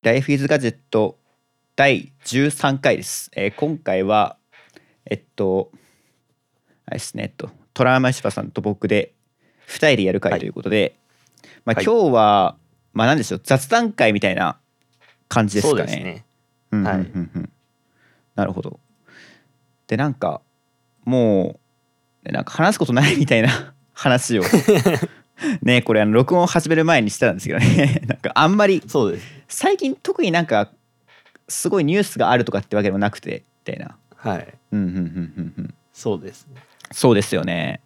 Life is Gadget 第13回です。今回はあれですねトラウマ石破さんと僕で2人でやる回ということで、今日は何でしょう、雑談会みたいな感じですかね。 そうですね。はい。 なるほど。でなんかもうなんか話すことないみたいな話をね、これ録音を始める前にしてたんですけどねなんかあんまりそうです。 最近特になんかすごいニュースがあるとかってわけでもなくてみたいな。 はい。そうですね。 そうですよね。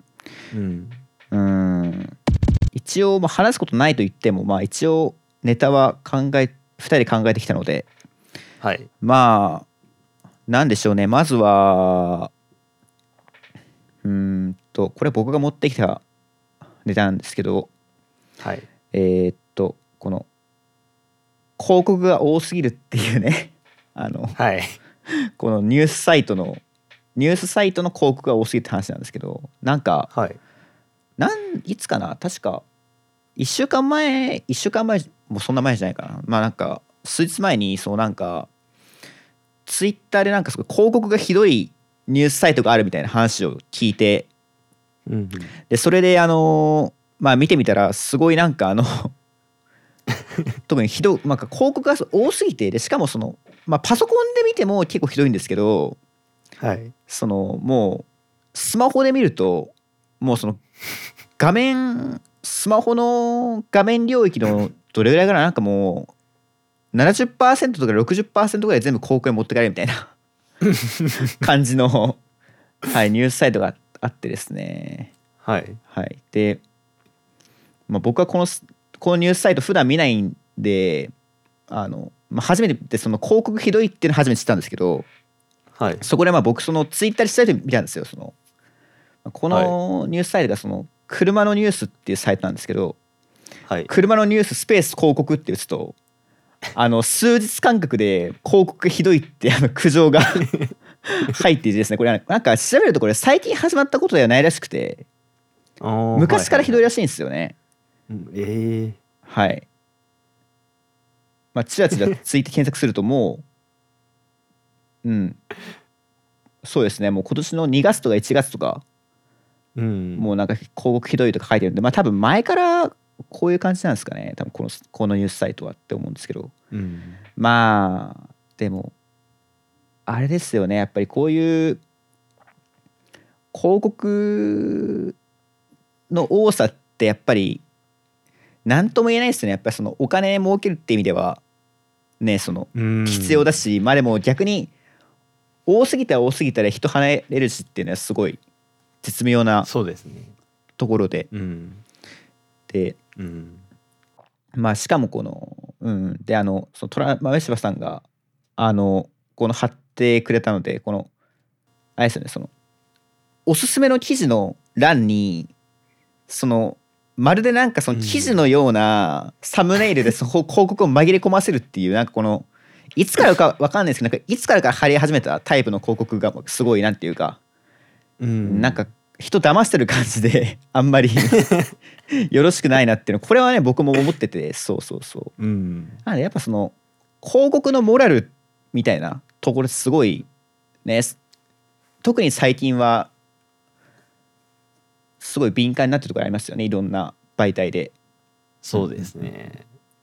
一応話すことないと言っても一応ネタは2人で考えてきたので、 はい。 なんでしょうね。まずはこれ僕が持ってきたネタなんですけど、 はい。 この広告が多すぎるっていうねはい。 このニュースサイトの広告が多すぎるって話なんですけど、なんかはい。 いつかな、確か1週間前もうそんな前じゃないかな、なんか数日前になんかツイッターでなんかすごい広告がひどいニュースサイトがあるみたいな話を聞いて、でそれで見てみたらすごいなんか特に広告が多すぎて、でしかもパソコンで見ても結構ひどいんですけど、 はい。 もうスマホで見るともうスマホの画面領域のどれぐらいかな、なんかもう 70% とか 60% ぐらい全部広告に持ってかれるみたいな感じのニュースサイトがあってですね。 はい。 で、僕はこのニュースサイト普段見ないんで初めて広告ひどいっていうのを初めて知ったんですけど、 はい。 そこで僕ツイッターでサイト見たんですよ。このニュースサイトが車のニュースっていうサイトなんですけど、 はい。 車のニューススペース広告って打つと数日間隔で広告がひどいって苦情が入っていてですね、これなんか調べるとこれ最近始まったことではないらしくて、昔からひどいらしいんですよね。はい。チラチラツイート検索するともうそうですね、もう今年の2月とか1月とかもうなんか広告ひどいとか書いてるんで、多分前からこういう感じなんですかね、多分このニュースサイトはって思うんですけど、でもあれですよね、やっぱりこういう広告の多さってやっぱり何とも言えないですよね。やっぱりお金儲けるって意味ではね、必要だし、でも逆に多すぎたら多すぎたら人離れるしっていうのはすごい絶妙なところで、で、しかもこのでトラマメシバさんがこの貼ってくれたので、このあれですよね、おすすめの記事の欄にまるでなんか記事のようなサムネイルで広告を紛れ込ませるっていう、なんかこのいつからか分かんないですけど、なんかいつからか貼り始めたタイプの広告がすごいなんていうか、なんか人騙してる感じであんまりよろしくないなっていうの、これはね僕も思ってて、なんでやっぱ広告のモラルみたいなところすごいね、特に最近はすごい敏感になってるところありますよね、いろんな媒体で。 そうですね。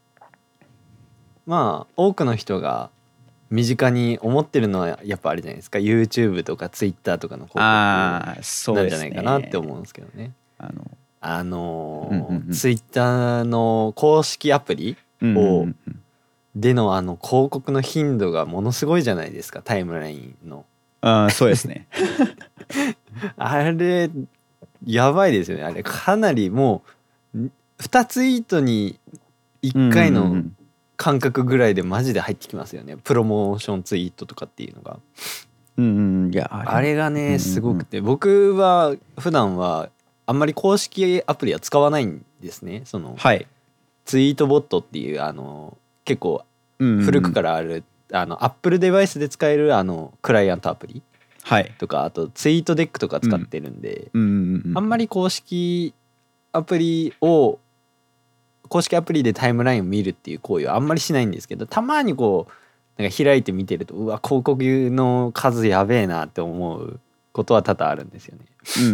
多くの人が身近に思ってるのはやっぱあれじゃないですか、 YouTube とか Twitter とかの広告なんじゃないかなって思うんですけどね。Twitter の公式アプリでの広告の頻度がものすごいじゃないですか、タイムラインの。 そうですねあれやばいですよね。あれかなりもう2ツイートに1回の感覚ぐらいでマジで入ってきますよね、プロモーションツイートとかっていうのが。 いやあれがねすごくて、僕は普段はあんまり公式アプリは使わないんですね。ツイートボットっていう結構古くからあるApple デバイスで使えるクライアントアプリとか、あとツイートデックとか使ってるんで、あんまり公式アプリを公式アプリでタイムラインを見るっていう行為はあんまりしないんですけど、たまにこうなんか開いて見てると、うわ広告の数やべえなって思うことは多々あるんですよね。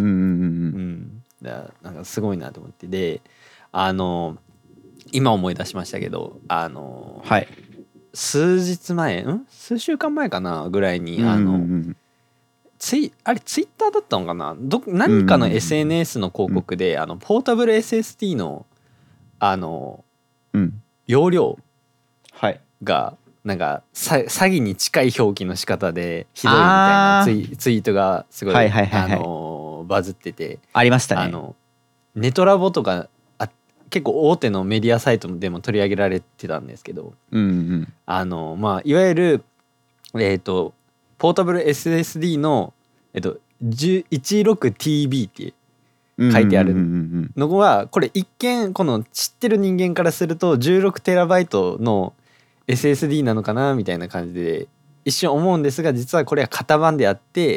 なんかすごいなと思って、で今思い出しましたけどはい、 数日前数週間前かなぐらいにツイッターだったのかな、何かの SNS の広告でポータブル SSD の容量がなんか詐欺に近い表記の仕方でひどいみたいなツイートがすごいバズってて、 ありましたね。 ネトラボとか結構大手のメディアサイトでも取り上げられてたんですけど、まあいわゆるポータブル SSD の16TB って書いてあるのは、これ一見この知ってる人間からすると 16TB の SSD なのかなみたいな感じで一瞬思うんですが、実はこれは型番であって、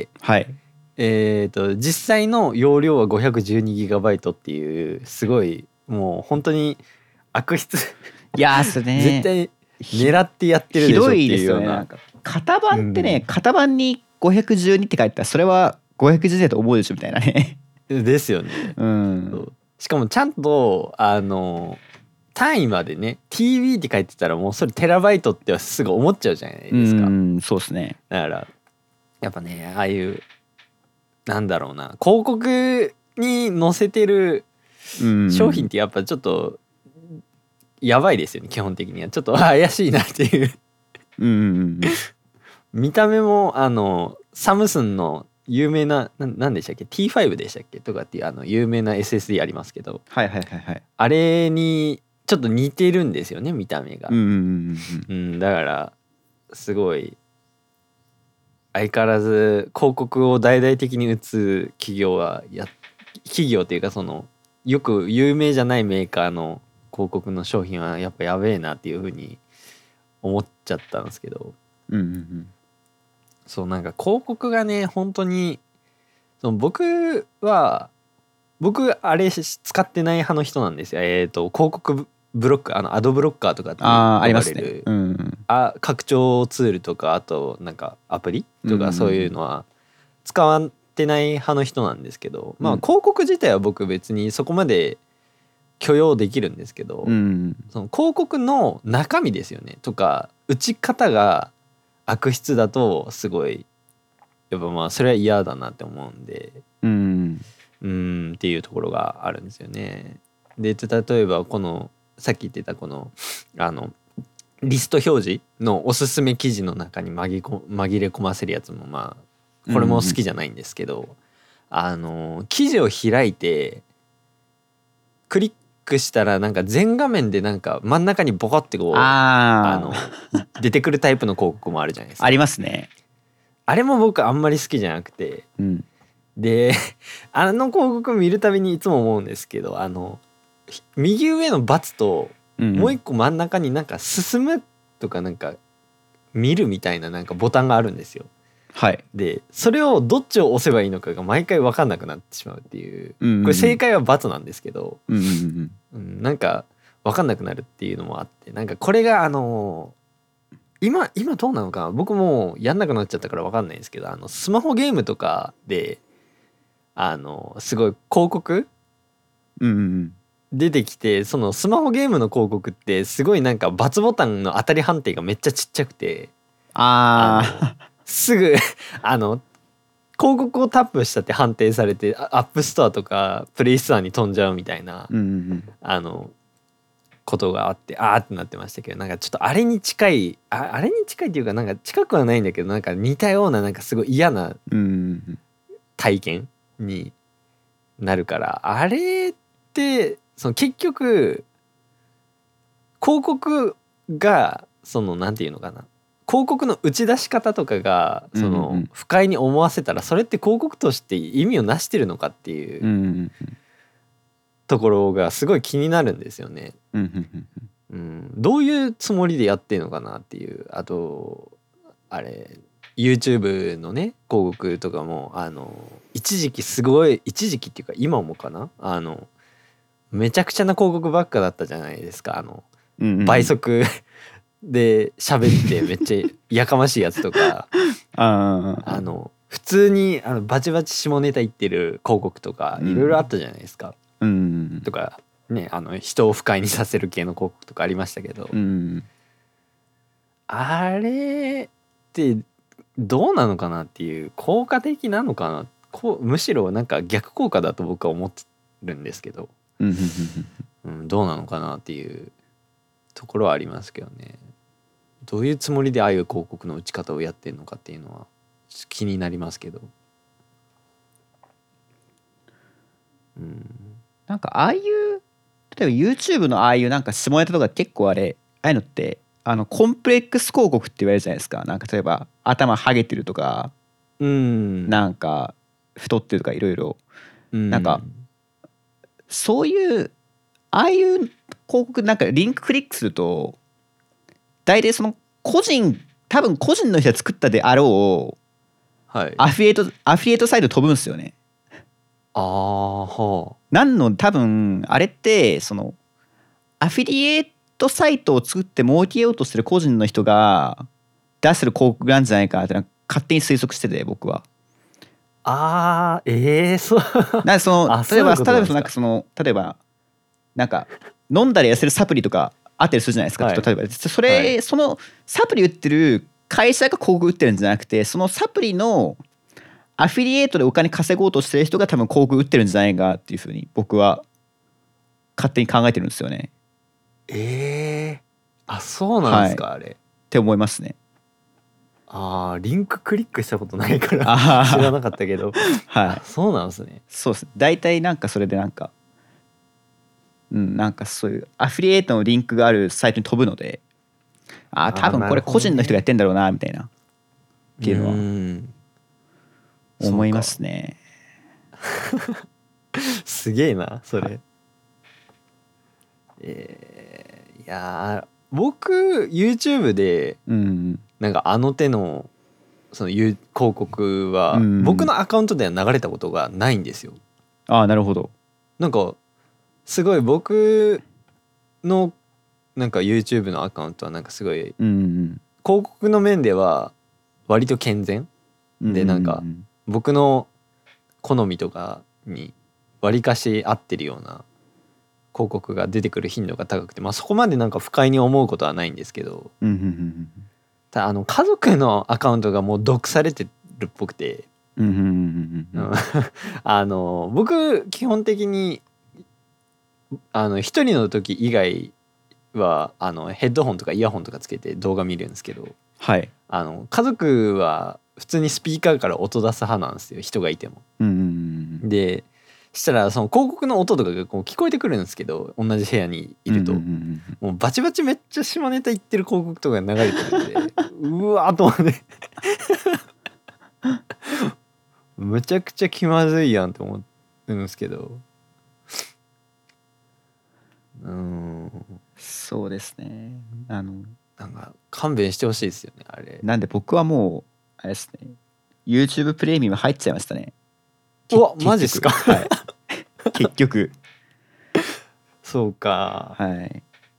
はい、 実際の容量は 512GB っていうすごいもう本当に悪質いやー絶対狙ってやってるでしょっていうような。 型番ってね、型番に512って書いてたらそれは512だと思うでしょみたいなねですよね。しかもちゃんと単位までね TB って書いてたらもうそれテラバイトってすぐ思っちゃうじゃないですか。 そうですね。 だからやっぱねああいうなんだろうな広告に載せてる商品ってやっぱちょっとやばいですよね。基本的にはちょっと怪しいなっていう見た目もサムスンの有名な何でしたっけ T5 でしたっけとかっていう有名な SSD ありますけど、あれにちょっと似てるんですよね見た目が。だからすごい相変わらず広告を大々的に打つ企業っていうかそのよく有名じゃないメーカーの広告の商品はやっぱやべえなっていう風に思っちゃったんですけど、そうなんか広告がね本当に僕あれ使ってない派の人なんですよ。広告ブロックアドブロッカーとかって呼ばれる拡張ツールとかあとなんかアプリとかそういうのは使ってない派の人なんですけど、まあ広告自体は僕別にそこまで許容できるんですけど、その広告の中身ですよねとか打ち方が悪質だとすごいやっぱまあそれは嫌だなって思うんでっていうところがあるんですよね。で例えばこのさっき言ってたこのリスト表示のおすすめ記事の中に紛れ込ませるやつもまあこれも好きじゃないんですけど、記事を開いてクリックしたらなんか全画面でなんか真ん中にボコってこう出てくるタイプの広告もあるじゃないですか。 ありますね。 あれも僕あんまり好きじゃなくて、で広告見るたびにいつも思うんですけど右上の×ともう一個真ん中になんか進むとかなんか見るみたいななんかボタンがあるんですよ。でそれをどっちを押せばいいのかが毎回分かんなくなってしまうっていう、これ正解は×なんですけど、なんか分かんなくなるっていうのもあって、なんかこれが今どうなのかな、僕もうやんなくなっちゃったから分かんないんですけどスマホゲームとかですごい広告出てきて、そのスマホゲームの広告ってすごいなんか×ボタンの当たり判定がめっちゃちっちゃくてすぐ広告をタップしたって判定されてアップストアとかプレイストアに飛んじゃうみたいなことがあってってなってましたけど、なんかちょっとあれに近いっていうかなんか近くはないんだけどなんか似たようななんかすごい嫌な体験になるから、あれってその結局広告がそのなんていうのかな、広告の打ち出し方とかがその不快に思わせたらそれって広告として意味をなしてるのかっていうところがすごい気になるんですよね。どういうつもりでやってるのかなっていう。あとあれ YouTube のね広告とかも一時期っていうか今もかなめちゃくちゃな広告ばっかだったじゃないですか。 うんうん、 倍速で喋ってめっちゃやかましいやつとか普通にバチバチ下ネタ言ってる広告とかいろいろあったじゃないですか。 うん、 とかね、人を不快にさせる系の広告とかありましたけど、 うん、 あれってどうなのかなっていう、効果的なのかな、むしろなんか逆効果だと僕は思ってるんですけど、 うん、 どうなのかなっていうところはありますけどね。どういうつもりでああいう広告の打ち方をやってるのかっていうのは気になりますけど、 なんかああいう例えば YouTube のああいうなんか下ネタとか結構ああいうのってコンプレックス広告って言われるじゃないですか。なんか例えば頭ハゲてるとか、なんか太ってるとかいろいろ、なんかそういうああいう広告なんかリンククリックすると大体その多分個人の人が作ったであろう、はい、アフィリエイトサイト飛ぶんですよね。多分あれってそのアフィリエイトサイトを作って儲けようとしてる個人の人が出せる広告なんじゃないかなって勝手に推測してて、僕は。 そうなんか例えばなんか飲んだら痩せるサプリとかあったりするじゃないですか、はい、例えばそのサプリ売ってる会社が広告売ってるんじゃなくて、そのサプリのアフィリエイトでお金稼ごうとしてる人が多分広告売ってるんじゃないかっていうふうに僕は勝手に考えてるんですよね。 そうなんですか、 はい、 あれって思いますね。 リンククリックしたことないから知らなかったけどはい、そうなんですね。 そうです。大体なんかそれでなんかなんかそういうアフィリエイトのリンクがあるサイトに飛ぶので、多分これ個人の人がやってんだろうなみたいなっていうのは思いますね。 すげえなそれ。いや僕 YouTube でなんか手のその広告は僕のアカウントでは流れたことがないんですよ。 なるほど。 なんかすごい僕のなんか YouTube のアカウントはなんかすごい広告の面では割と健全で、なんか僕の好みとかに割かし合ってるような広告が出てくる頻度が高くて、そこまでなんか不快に思うことはないんですけど、ただ家族のアカウントがもう毒されてるっぽくて、僕基本的に一人の時以外はヘッドホンとかイヤホンとかつけて動画見るんですけど、 はい、 家族は普通にスピーカーから音出す派なんですよ、人がいても。でしたらその広告の音とかがこう聞こえてくるんですけど、同じ部屋にいると、もうバチバチめっちゃ下ネタ言ってる広告とか流れてるんでうわーと思ってむちゃくちゃ気まずいやんって思うんですけど、 そうですね。なんか勘弁してほしいですよね、あれ。 なんで僕はもうあれですね、 YouTube プレミアム入っちゃいましたね。 マジっすか。 はい、結局そうか。 はい。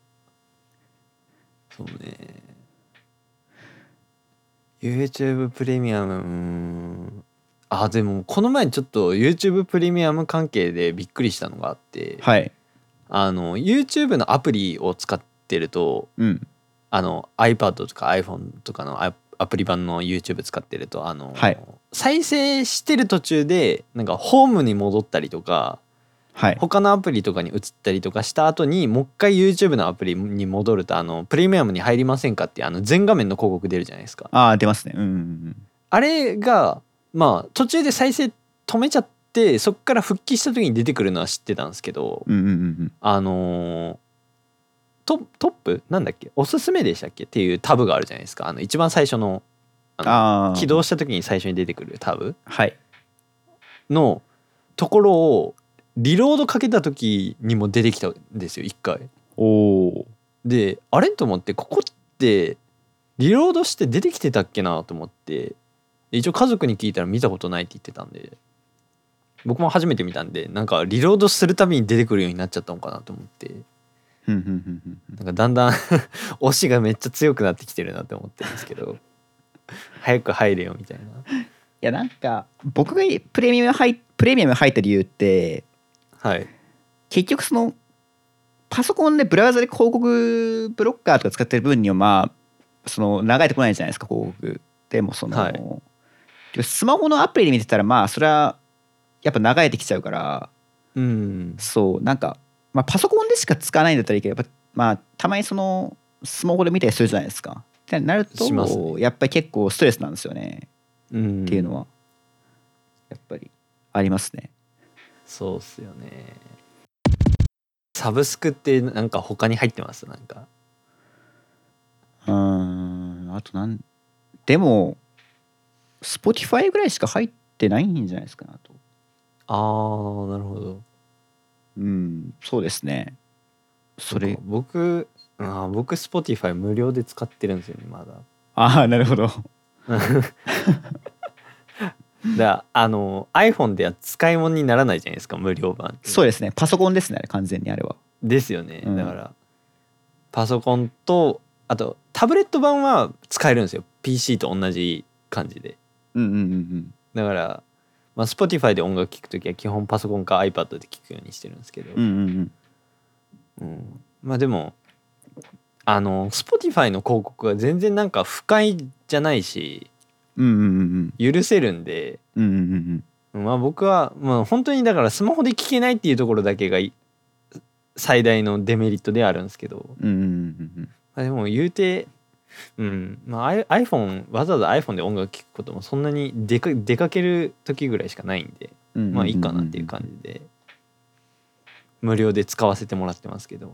そうね。YouTube プレミアム、でもこの前ちょっと YouTube プレミアム関係でびっくりしたのがあって、 はい、 YouTube のアプリを使ってると、iPad とか iPhone とかのアプリ版の YouTube 使ってるとはい、再生してる途中でなんかホームに戻ったりとか、はい、他のアプリとかに移ったりとかした後にもう一回 YouTube のアプリに戻るとプレミアムに入りませんかって全画面の広告出るじゃないですか。 出ますね。 あれが途中で再生止めちゃってそっから復帰した時に出てくるのは知ってたんですけど、トップなんだっけ、おすすめでしたっけっていうタブがあるじゃないですか。一番最初の起動した時に最初に出てくるタブのところをリロードかけた時にも出てきたんですよ、一回。であれと思って、ここってリロードして出てきてたっけなと思って、一応家族に聞いたら見たことないって言ってたんで、 僕も初めて見たんで、なんかリロードするたびに出てくるようになっちゃったのかなと思って、なんかだんだん推しがめっちゃ強くなってきてるなって思ってるんですけど早く入れよみたいな。いやなんか僕がプレミアム入った理由って、 はい、 結局そのパソコンでブラウザで広告ブロッカーとか使ってる分にはまあその流れてこないじゃないですか広告でもその、はい、スマホのアプリで見てたらまあそれはやっぱ流れてきちゃうから、そうなんか、まあ、パソコンでしか使わないんだったらいいけどやっぱまあたまにそのスマホで見たりするじゃないですかってなると、ね、やっぱり結構ストレスなんですよね、っていうのはやっぱりありますね。 そうっすよね。サブスクってなんか他に入ってます？なんかあとでも Spotify ぐらいしか入ってないんじゃないですかね。あとなるほど。 そうですね。それ僕 Spotify 無料で使ってるんですよねまだ。 なるほどだiPhone では使い物にならないじゃないですか無料版って。 そうですね、パソコンですね完全にあれは。 ですよね、だからパソコンとあとタブレット版は使えるんですよ PC と同じ感じで。だから、まあ、Spotify で音楽聴くときは基本パソコンか iPad で聴くようにしてるんですけど、まあでもSpotify の広告は全然なんか不快じゃないし、許せるんで、まあ僕はまあ本当にだからスマホで聴けないっていうところだけが最大のデメリットであるんですけど、まあ、でも言うて、まあ、iPhone わざわざ iPhone で音楽聴くこともそんなに出かける時ぐらいしかないんで、まあいいかなっていう感じで無料で使わせてもらってますけど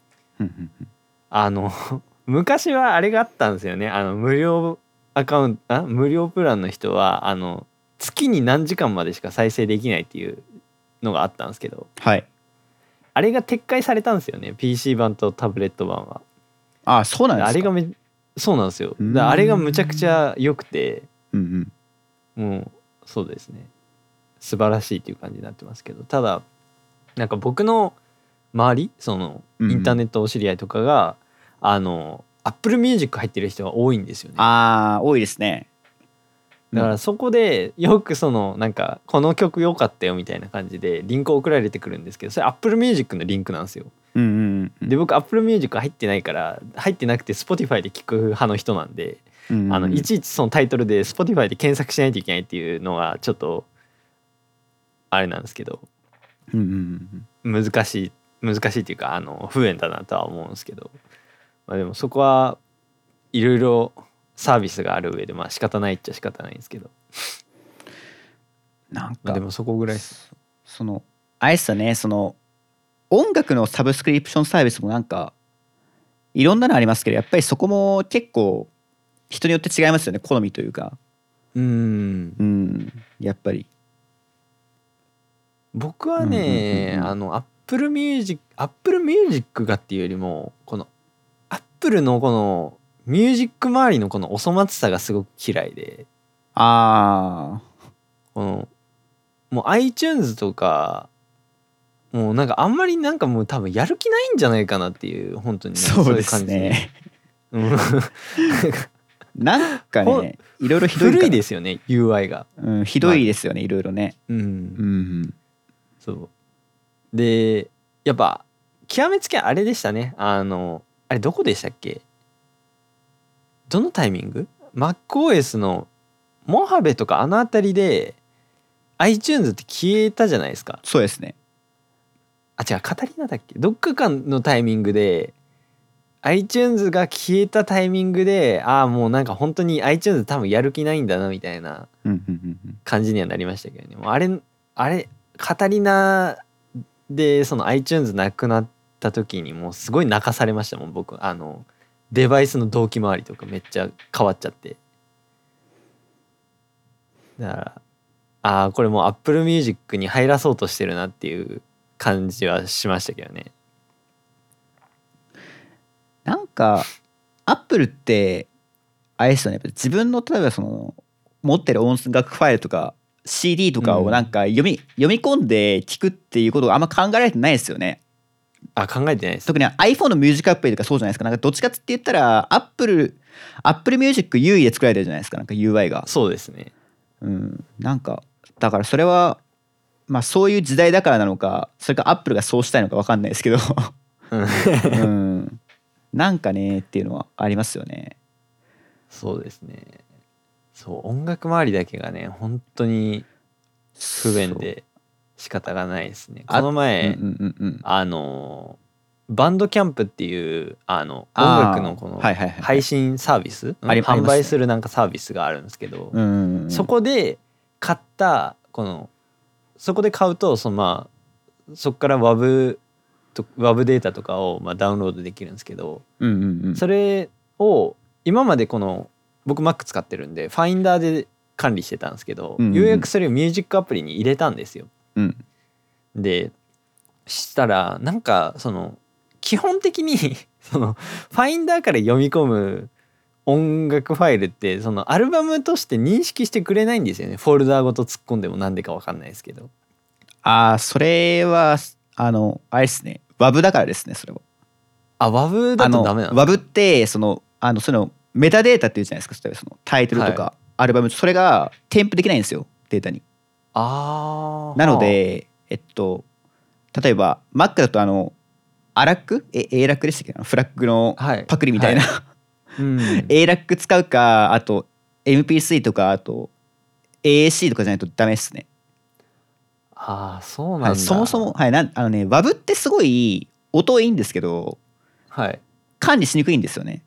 昔はあれがあったんですよね。無料無料プランの人は月に何時間までしか再生できないっていうのがあったんですけど、 はい、 あれが撤回されたんですよね PC 版とタブレット版は。 そうなんですか。 あれがそうなんですよ。あれがむちゃくちゃ良くて、もうそうですね素晴らしいっていう感じになってますけど、ただなんか僕の周りそのインターネットお知り合いとかが、Apple Music 入ってる人が多いんですよね。 多いですね。 だからそこでよくそのなんかこの曲良かったよみたいな感じでリンク送られてくるんですけど、それ Apple Music のリンクなんですよ。で僕 Apple Music 入ってないから入ってなくて Spotify で聴く派の人なんで、いちいちそのタイトルで Spotify で検索しないといけないっていうのはちょっとあれなんですけど、難しいっていうか不便だなとは思うんですけど、まあ、でもそこはいろいろサービスがある上でまあ仕方ないっちゃ仕方ないんですけど、 なんかでもそこぐらいそのあれっすよね、その音楽のサブスクリプションサービスもなんかいろんなのありますけど、やっぱりそこも結構人によって違いますよね、好みというか。やっぱり僕はねApple Music がっていうよりもこの Apple のこのミュージック周りのこのお粗末さがすごく嫌いで、このもう iTunes とかもうなんかあんまりなんかもう多分やる気ないんじゃないかなっていう本当にそうですね。なんかねいろいろひどい古いですよね UI が、 ひどいですよね、いろいろね。 そうでやっぱ極めつけあれでしたね。あれどこでしたっけ、どのタイミング MacOS のモハベとかあの辺りで iTunes って消えたじゃないですか。 そうですね。 違うカタリナだっけ、どっか間のタイミングで iTunes が消えたタイミングでもうなんか本当に iTunes 多分やる気ないんだなみたいな感じにはなりましたけどね。もうあれカタリナでその iTunes なくなった時にもうすごい泣かされましたもん僕。デバイスの同期周りとかめっちゃ変わっちゃって、だからこれもう Apple Music に入らそうとしてるなっていう感じはしましたけどね。 なんか Apple ってあれですよね、自分の例えばその持ってる音楽ファイルとか CD とかをなんか読み込んで聞くっていうことがあんま考えられてないですよね。 考えてないです。 特に iPhone のミュージックアプリとかそうじゃないですか。なんかどっちかって言ったら Apple Music 優位で作られてるじゃないですか。なんか UI が。 そうですね。 なんかだからそれはまあそういう時代だからなのか、それか Apple がそうしたいのか分かんないですけどなんかねっていうのはありますよね。 そうですね。そう音楽周りだけがね本当に不便で仕方がないですね。この前バンドキャンプっていう音楽のこの配信サービス、販売するなんかサービスがあるんですけど、そこで買ったそこで買うとそこから WAV データとかをダウンロードできるんですけど、それを今まで僕 Mac 使ってるんで Finder で管理してたんですけど、ようやくそれをミュージックアプリに入れたんですよ。でしたらなんか基本的にファインダーから読み込む音楽ファイルってアルバムとして認識してくれないんですよね。フォルダーごと突っ込んでもなんでか分かんないですけど。 それはあれですね。WAV だからですね。それは。 WAV だとダメなんですか。 WAV ってそのメタデータっていうじゃないですか。例えばタイトルとかアルバム、それが添付できないんですよ。データに。なので例えば Mac だとアラックA ラックでしたっけ、フラッグのパクリみたいな、A ラック使うか、あと MP3 とか、あと AAC とかじゃないとダメですね。 そうなんだ。 そもそもWAV ってすごい音いいんですけど、管理しにくいんですよね。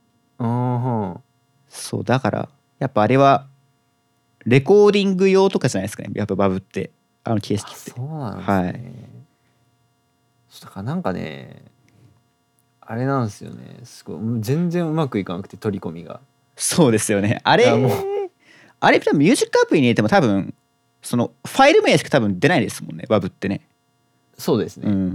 そうだからやっぱあれはレコーディング用とかじゃないですかね。やっぱWAVって形式って。 そうなんですね。だからなんかねあれなんですよね。すごい全然うまくいかなくて取り込みが。 そうですよね。あれミュージックアプリに入れても多分ファイル名しか多分出ないですもんね。WAV ってね。 そうですね。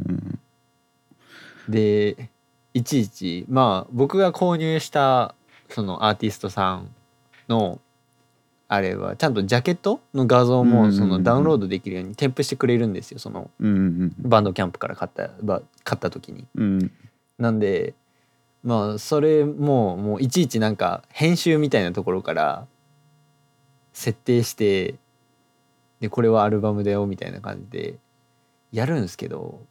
でいちいち僕が購入したそのアーティストさんのあれはちゃんとジャケットの画像もダウンロードできるように添付してくれるんですよ。バンドキャンプから買った時に。なんでそれもういちいちなんか編集みたいなところから設定してでこれはアルバムだよみたいな感じでやるんですけど、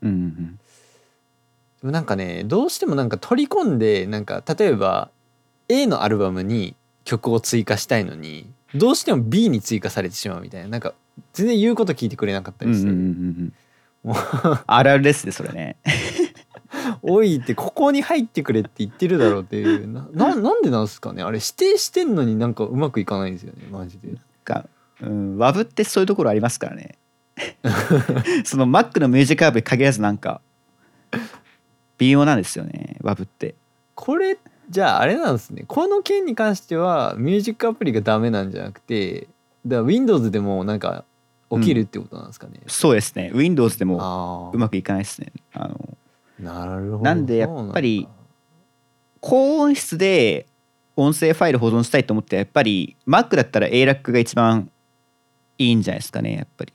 なんかねどうしてもなんか取り込んでなんか例えば A のアルバムに曲を追加したいのにどうしても B に追加されてしまうみたいな、なんか全然言うこと聞いてくれなかったりして、 あるあるですねそれね。 おいってここに入ってくれって言ってるだろうっていう、なんでなんですかねあれ。指定してんのになんかうまくいかないんですよねマジで。 WAV ってそういうところありますからね。Mac のミュージックアプリ限らずなんか微妙なんですよね WAV って。 これじゃああれなんですね。この件に関してはミュージックアプリがダメなんじゃなくて、だから Windows でもなんか起きるってことなんですかね。 そうですね。Windows でもうまくいかないですね。 なるほど。 なんでやっぱり高音質で音声ファイル保存したいと思ってやっぱり Mac だったら A ラックが一番いいんじゃないですかねやっぱり。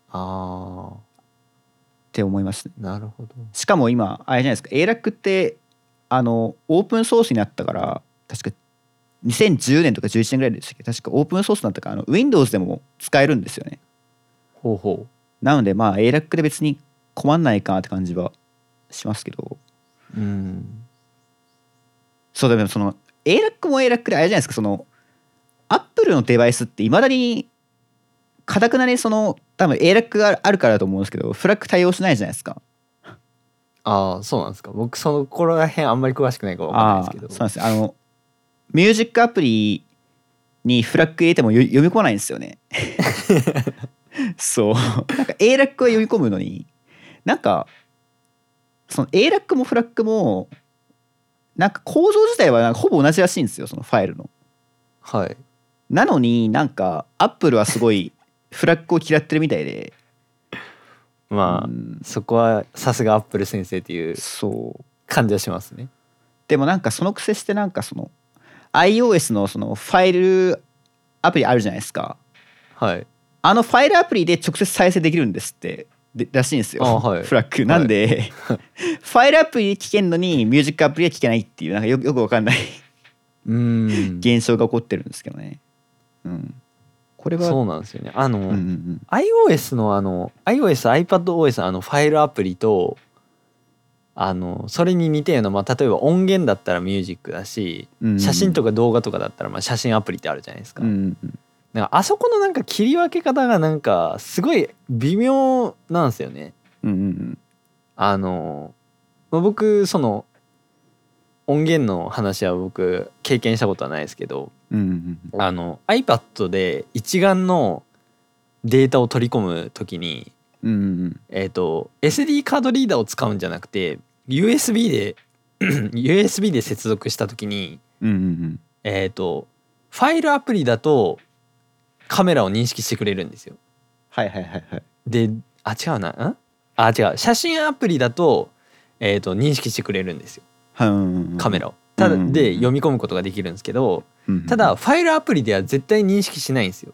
って思いますね。 なるほど。 しかも今あれじゃないですか、 A ラックってオープンソースになったから確か2010年とか11年ぐらいでしたっけ、確かオープンソースになったからWindows でも使えるんですよね。なのでA ラックで別に困んないかなって感じはしますけど。そうだね。A ラックも A ラックであれじゃないですか、Apple のデバイスっていまだにかたくなに多分 A ラックがあるからだと思うんですけどフラッグ対応しないじゃないですか。 そうなんですか。僕そこら辺あんまり詳しくないから分かんないですけど。 そうなんですよ。ミュージックアプリにフラッグ入れても読み込まないんですよね。そうなんか A ラックは読み込むのになんかA ラックもフラッグもなんか構造自体はなんかほぼ同じらしいんですよ、そのファイルの。なのになんか Apple はすごいフラッグを嫌ってるみたいで。 そこはさすがアップル先生っていう感じはしますね。 でもなんかそのくせしてなんかiOS のファイルアプリあるじゃないですか。 ファイルアプリで直接再生できるんですってらしいんですよ、はい、フラッグなんで、はい、ファイルアプリで聴けるのにミュージックアプリで聴けないっていうなんかよくわかんない現象が起こってるんですけどね。これはそうなんですよね。iOS のiOS、iPadOS ファイルアプリとそれに似たような、例えば音源だったらミュージックだし、写真とか動画とかだったら写真アプリってあるじゃないですか。なんかあそこのなんか切り分け方がなんかすごい微妙なんですよね。僕その音源の話は僕経験したことはないですけど、iPad で一眼のデータを取り込むときに、SD カードリーダーを使うんじゃなくて USB でUSB で接続したときに、ファイルアプリだとカメラを認識してくれるんですよ。で、違うな、違う、写真アプリだと認識してくれるんですよ。カメラを。ただで読み込むことができるんですけど、ただファイルアプリでは絶対認識しないんですよ。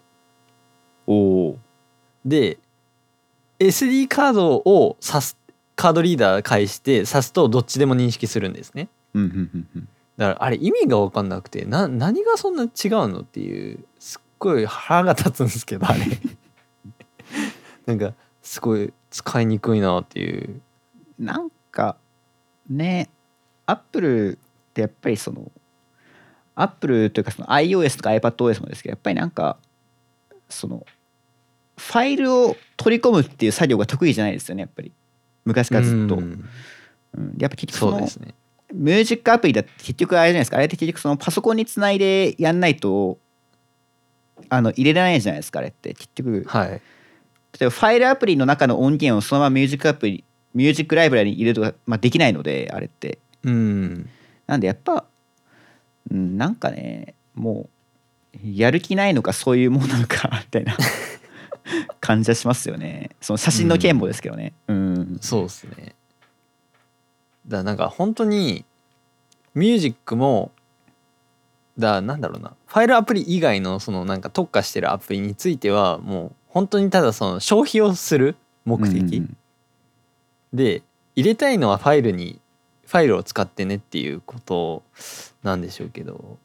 で SD カードを挿す、カードリーダー返して挿すとどっちでも認識するんですね。だからあれ意味が分かんなくて、何がそんな違うのっていう、すっごい腹が立つんですけど、あれなんかすごい使いにくいなっていう。 なんかね、アップルってやっぱりそのアップルというかその iOS とか iPadOS もですけど、やっぱりなんかそのファイルを取り込むっていう作業が得意じゃないですよね、やっぱり昔からずっと。やっぱ結局そのミュージックアプリだって結局あれじゃないですか、あれって結局そのパソコンにつないでやんないと入れられないじゃないですか、あれって結局。例えばファイルアプリの中の音源をそのままミュージックライブラリに入れるとか、できないのであれって。なんでやっぱ、なんかね、もうやる気ないのかそういうものなのかみたいな感じはしますよね。その写真の件もですけどね。 そうですね。だからなんか本当にミュージックもなんだろうな、ファイルアプリ以外のそのなんか特化してるアプリについてはもう本当にただその消費をする目的で、入れたいのはファイルを使ってねっていうことなんでしょうけど、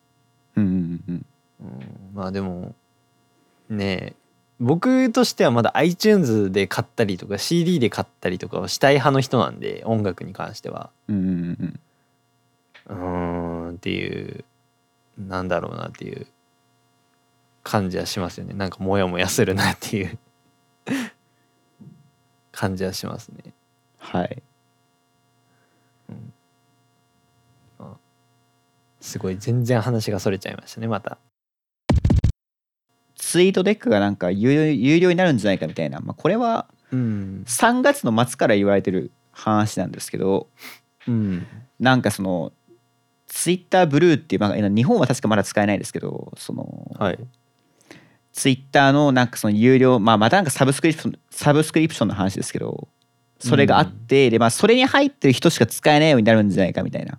まあでもね、僕としてはまだ iTunes で買ったりとか CD で買ったりとかをしたい派の人なんで、音楽に関してはっていう、なんだろうなっていう感じはしますよね。なんかモヤモヤするなっていう感じはしますね。すごい全然話がそれちゃいましたね。またツイートデックがなんか有料になるんじゃないかみたいな、これは3月の末から言われてる話なんですけど、なんかそのツイッターブルーっていう、日本は確かまだ使えないですけど、その、ツイッターのなんかその有料、またなんかサブスクリプションの話ですけど、それがあって、でそれに入ってる人しか使えないようになるんじゃないかみたいな。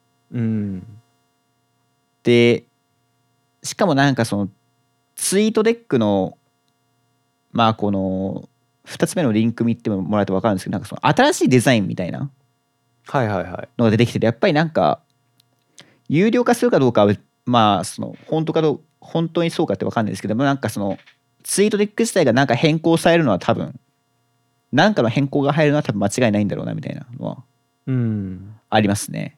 でしかもなんかそのツイートデックのこの2つ目のリンク見てもらうと分かるんですけど、なんかその新しいデザインみたいなのが出てきてて、やっぱりなんか有料化するかどうかはその本当にそうかって分かんないですけども、なんかそのツイートデック自体がなんか変更されるのは多分なんかの変更が入るのは多分間違いないんだろうなみたいなのはありますね。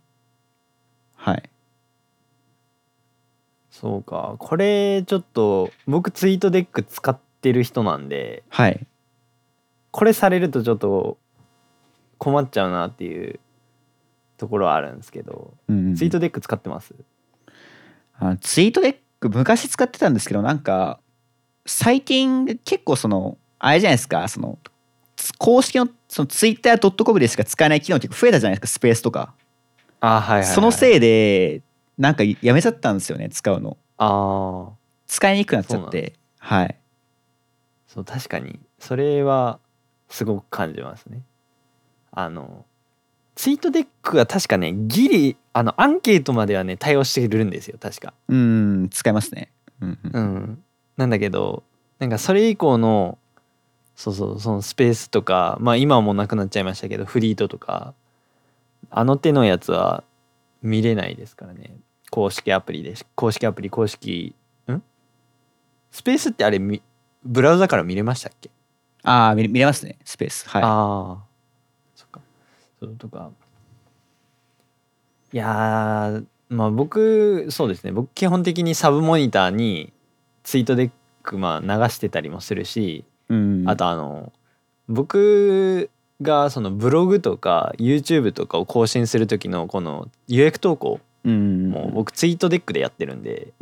そうか、これちょっと僕ツイートデック使ってる人なんで、これされるとちょっと困っちゃうなっていうところはあるんですけど、ツイートデック使ってます？ ツイートデック昔使ってたんですけど、なんか最近結構そのあれじゃないですか、その公式のそのツイッター .com でしか使えない機能結構増えたじゃないですか、スペースとか。そのせいでなんかやめちゃったんですよね、使うの。使いにくくなっちゃって。 そう確かにそれはすごく感じますね。ツイートデックは確かね、ギリアンケートまではね対応してるんですよ、確か。 使えますね。 なんだけどなんかそれ以降のそのスペースとか、まあ今はもうなくなっちゃいましたけどフリートとかあの手のやつは見れないですからね。公式アプリスペースってあれブラウザから見れましたっけ？ 見れますね、スペース。はい。 ああ、そっか。そうとか。いやまあ僕そうですね。僕基本的にサブモニターにツイートデックまあ流してたりもするし、あと僕がそのブログとか YouTube とかを更新する時のこの予約投稿もう僕ツイートデックでやってるんで、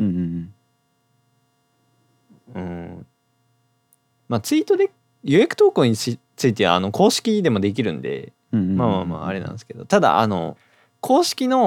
まあツイートで予約投稿については公式でもできるんで、まああれなんですけど、ただ公式ウ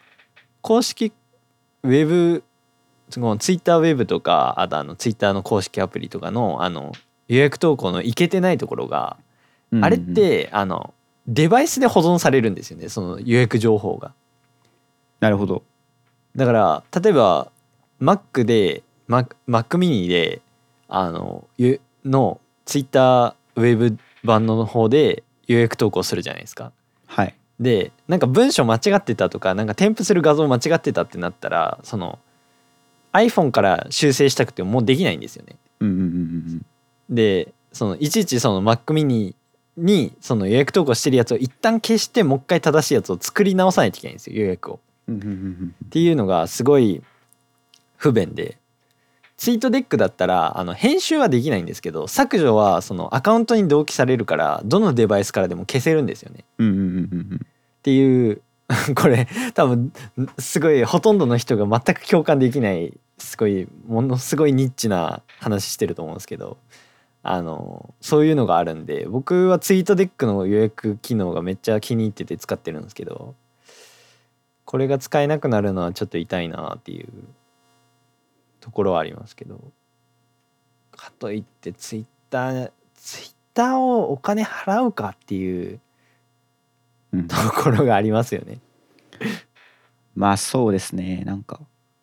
ェブそのツイッターウェブとかあとツイッターの公式アプリとかの予約投稿のいけてないところが、あれってデバイスで保存されるんですよね、その予約情報が。 なるほど。 だから例えば Mac で Mac mini でのツイッターウェブ版の方で予約投稿するじゃないですか。 はい。 でなんか文章間違ってたとかなんか添付する画像間違ってたってなったらその iPhone から修正したくてももうできないんですよね。でいちいちその Mac mini にその予約投稿してるやつを一旦消してもう一回正しいやつを作り直さないといけないんですよ、予約を。っていうのがすごい不便で、ツイートデックだったら編集はできないんですけど削除はそのアカウントに同期されるからどのデバイスからでも消せるんですよね。っていうこれ多分すごいほとんどの人が全く共感できないすごいものすごいニッチな話してると思うんですけど、そういうのがあるんで僕はツイートデックの予約機能がめっちゃ気に入ってて使ってるんですけど、これが使えなくなるのはちょっと痛いなっていうところはありますけど、かといってツイッターをお金払うかっていうところがありますよね。 まあそうですね。なんか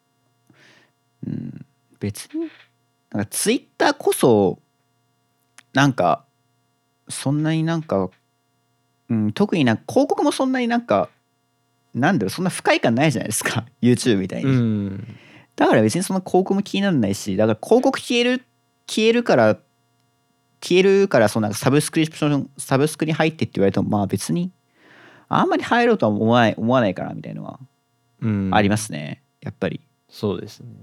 別になんかツイッターこそなんかそんなになんか、特になんか広告もそんなになんかなんだろう、そんな不快感ないじゃないですかYouTube みたいに。だから別にその広告も気にならないし、だから広告消えるからそのなんかサブスクに入ってって言われてもまあ別にあんまり入ろうとは思わないかなみたいなのはありますね、やっぱり。 そうですね。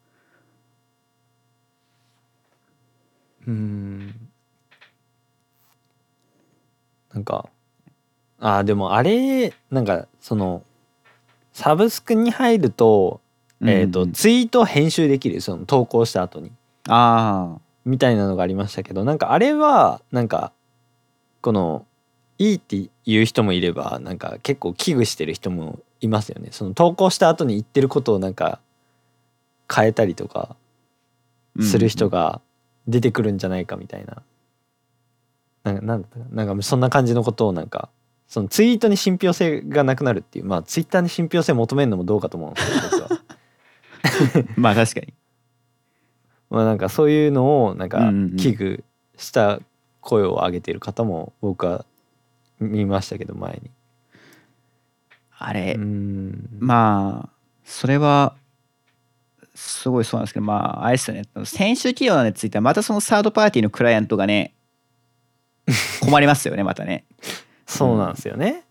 なんかでもあれなんかそのサブスクに入るとツイート編集できる、その投稿した後にみたいなのがありましたけど、なんかあれはなんかこのいいって言う人もいればなんか結構危惧してる人もいますよね。その投稿した後に言ってることをなんか変えたりとかする人が出てくるんじゃないかみたいな、なんかそんな感じのことをなんかそのツイートに信憑性がなくなるっていう、まあツイッターに信憑性求めるのもどうかと思うんですけど僕はまあ確かにまあなんかそういうのをなんか危惧した声を上げている方も僕は見ましたけど前に。 あれまあそれはすごいそうなんですけど、まああれですよね、先週企業についてはまたそのサードパーティーのクライアントがね困りますよねまたね。 そうなんですよね。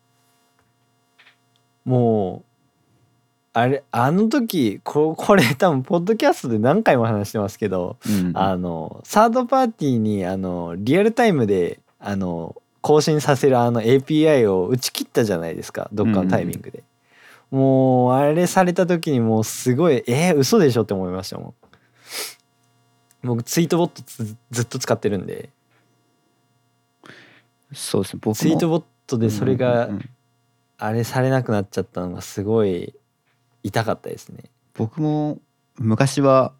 もうあの時これ多分ポッドキャストで何回も話してますけど、サードパーティーにリアルタイムで更新させるAPI を打ち切ったじゃないですか、どっかのタイミングで。もうあれされた時にもうすごい嘘でしょって思いましたもん。僕ツイートボットずっと使ってるんで。 そうですね、僕もツイートボットでそれがあれされなくなっちゃったのがすごい痛かったですね。 僕も昔は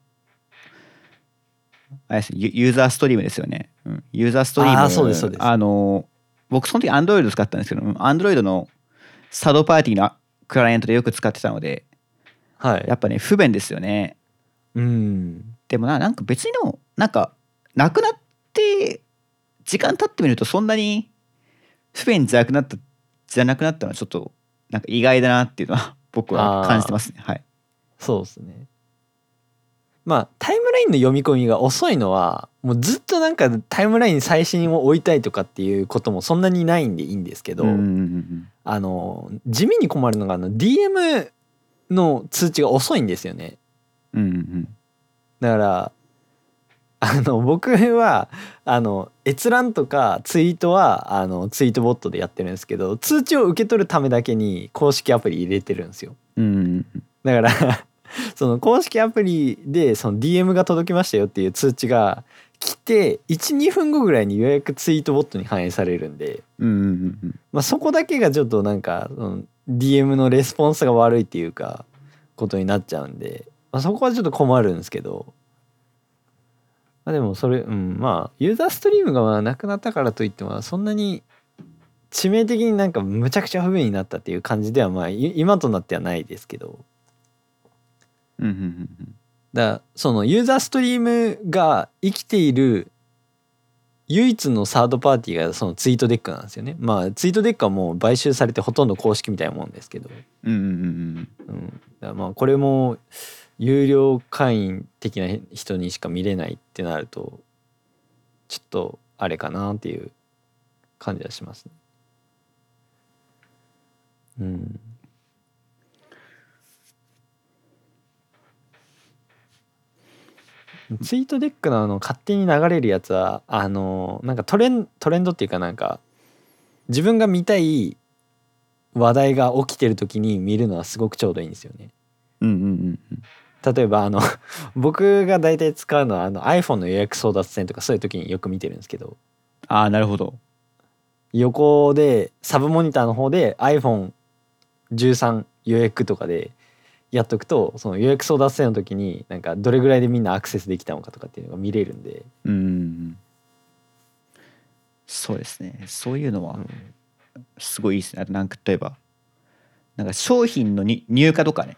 あれです、ユーザーストリームですよね、ユーザーストリーム。 そうですそうです。 僕その時 Android 使ったんですけど Android のサードパーティーのクライアントでよく使ってたので、やっぱね不便ですよね。でもなんか別にでもなんかなくなって時間経ってみるとそんなに不便じゃなくなったのはちょっとなんか意外だなっていうのは僕は感じてますね。はい。 そうですね。まあタイムラインの読み込みが遅いのはもうずっとなんかタイムラインに最新を置いたいとかっていうこともそんなにないんでいいんですけど、地味に困るのがDM の通知が遅いんですよね。だから僕は閲覧とかツイートはツイートボットでやってるんですけど、通知を受け取るためだけに公式アプリ入れてるんですよ。だからその公式アプリでその DM が届きましたよっていう通知が来て 1,2 分後ぐらいに予約ツイートボットに反映されるんで、まあそこだけがちょっとなんかDM のレスポンスが悪いっていうかことになっちゃうんで、まあ、そこはちょっと困るんですけど、まあ、でもそれまあユーザーストリームがなくなったからといってもそんなに致命的になんかむちゃくちゃ不便になったっていう感じではまあ今となってはないですけど、だからそのユーザーストリームが生きている唯一のサードパーティーがそのツイートデックなんですよね。まあツイートデックはもう買収されてほとんど公式みたいなもんですけど、だからまあこれも有料会員的な人にしか見れないってなるとちょっとあれかなっていう感じはしますね。ツイートデックの勝手に流れるやつはなんかトレンドっていうかなんか自分が見たい話題が起きてる時に見るのはすごくちょうどいいんですよね。例えば僕が大体使うのはiPhone の予約争奪戦とかそういう時によく見てるんですけど、 なるほど。 横でサブモニターの方で iPhone13 予約とかでやっとくとその予約争奪戦の時になんかどれぐらいでみんなアクセスできたのかとかっていうのが見れるんで、 そうですね。そういうのはすごいいいですね。なんか例えばなんか商品の入荷とかね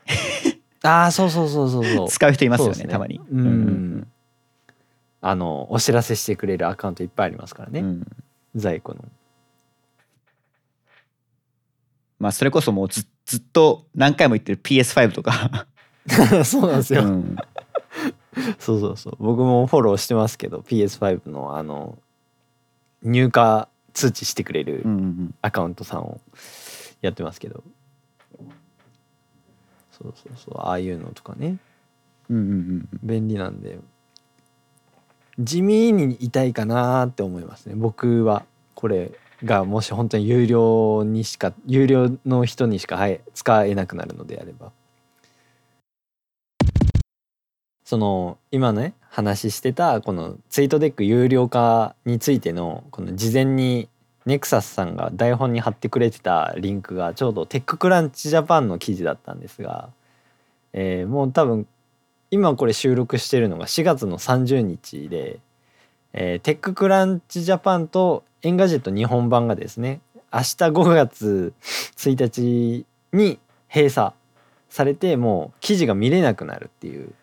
そう使う人いますよね、たまに。 お知らせしてくれるアカウントいっぱいありますからね、在庫の。 まあそれこそもうずっと何回も言ってる PS5 とかそうなんですよ、そう僕もフォローしてますけど PS5 の入荷通知してくれるアカウントさんをやってますけど、そうああいうのとかね、便利なんで地味に痛いかなって思いますね。僕はこれがもし本当に有料の人にしか使えなくなるのであれば、その今ね話してたこのツイートデック有料化についてのこの事前にネクサスさんが台本に貼ってくれてたリンクがちょうどテッククランチジャパンの記事だったんですが、もう多分今これ収録してるのが4月の30日で、テッククランチジャパンとエンガジェット日本版がですね明日5月1日に閉鎖されてもう記事が見れなくなるっていう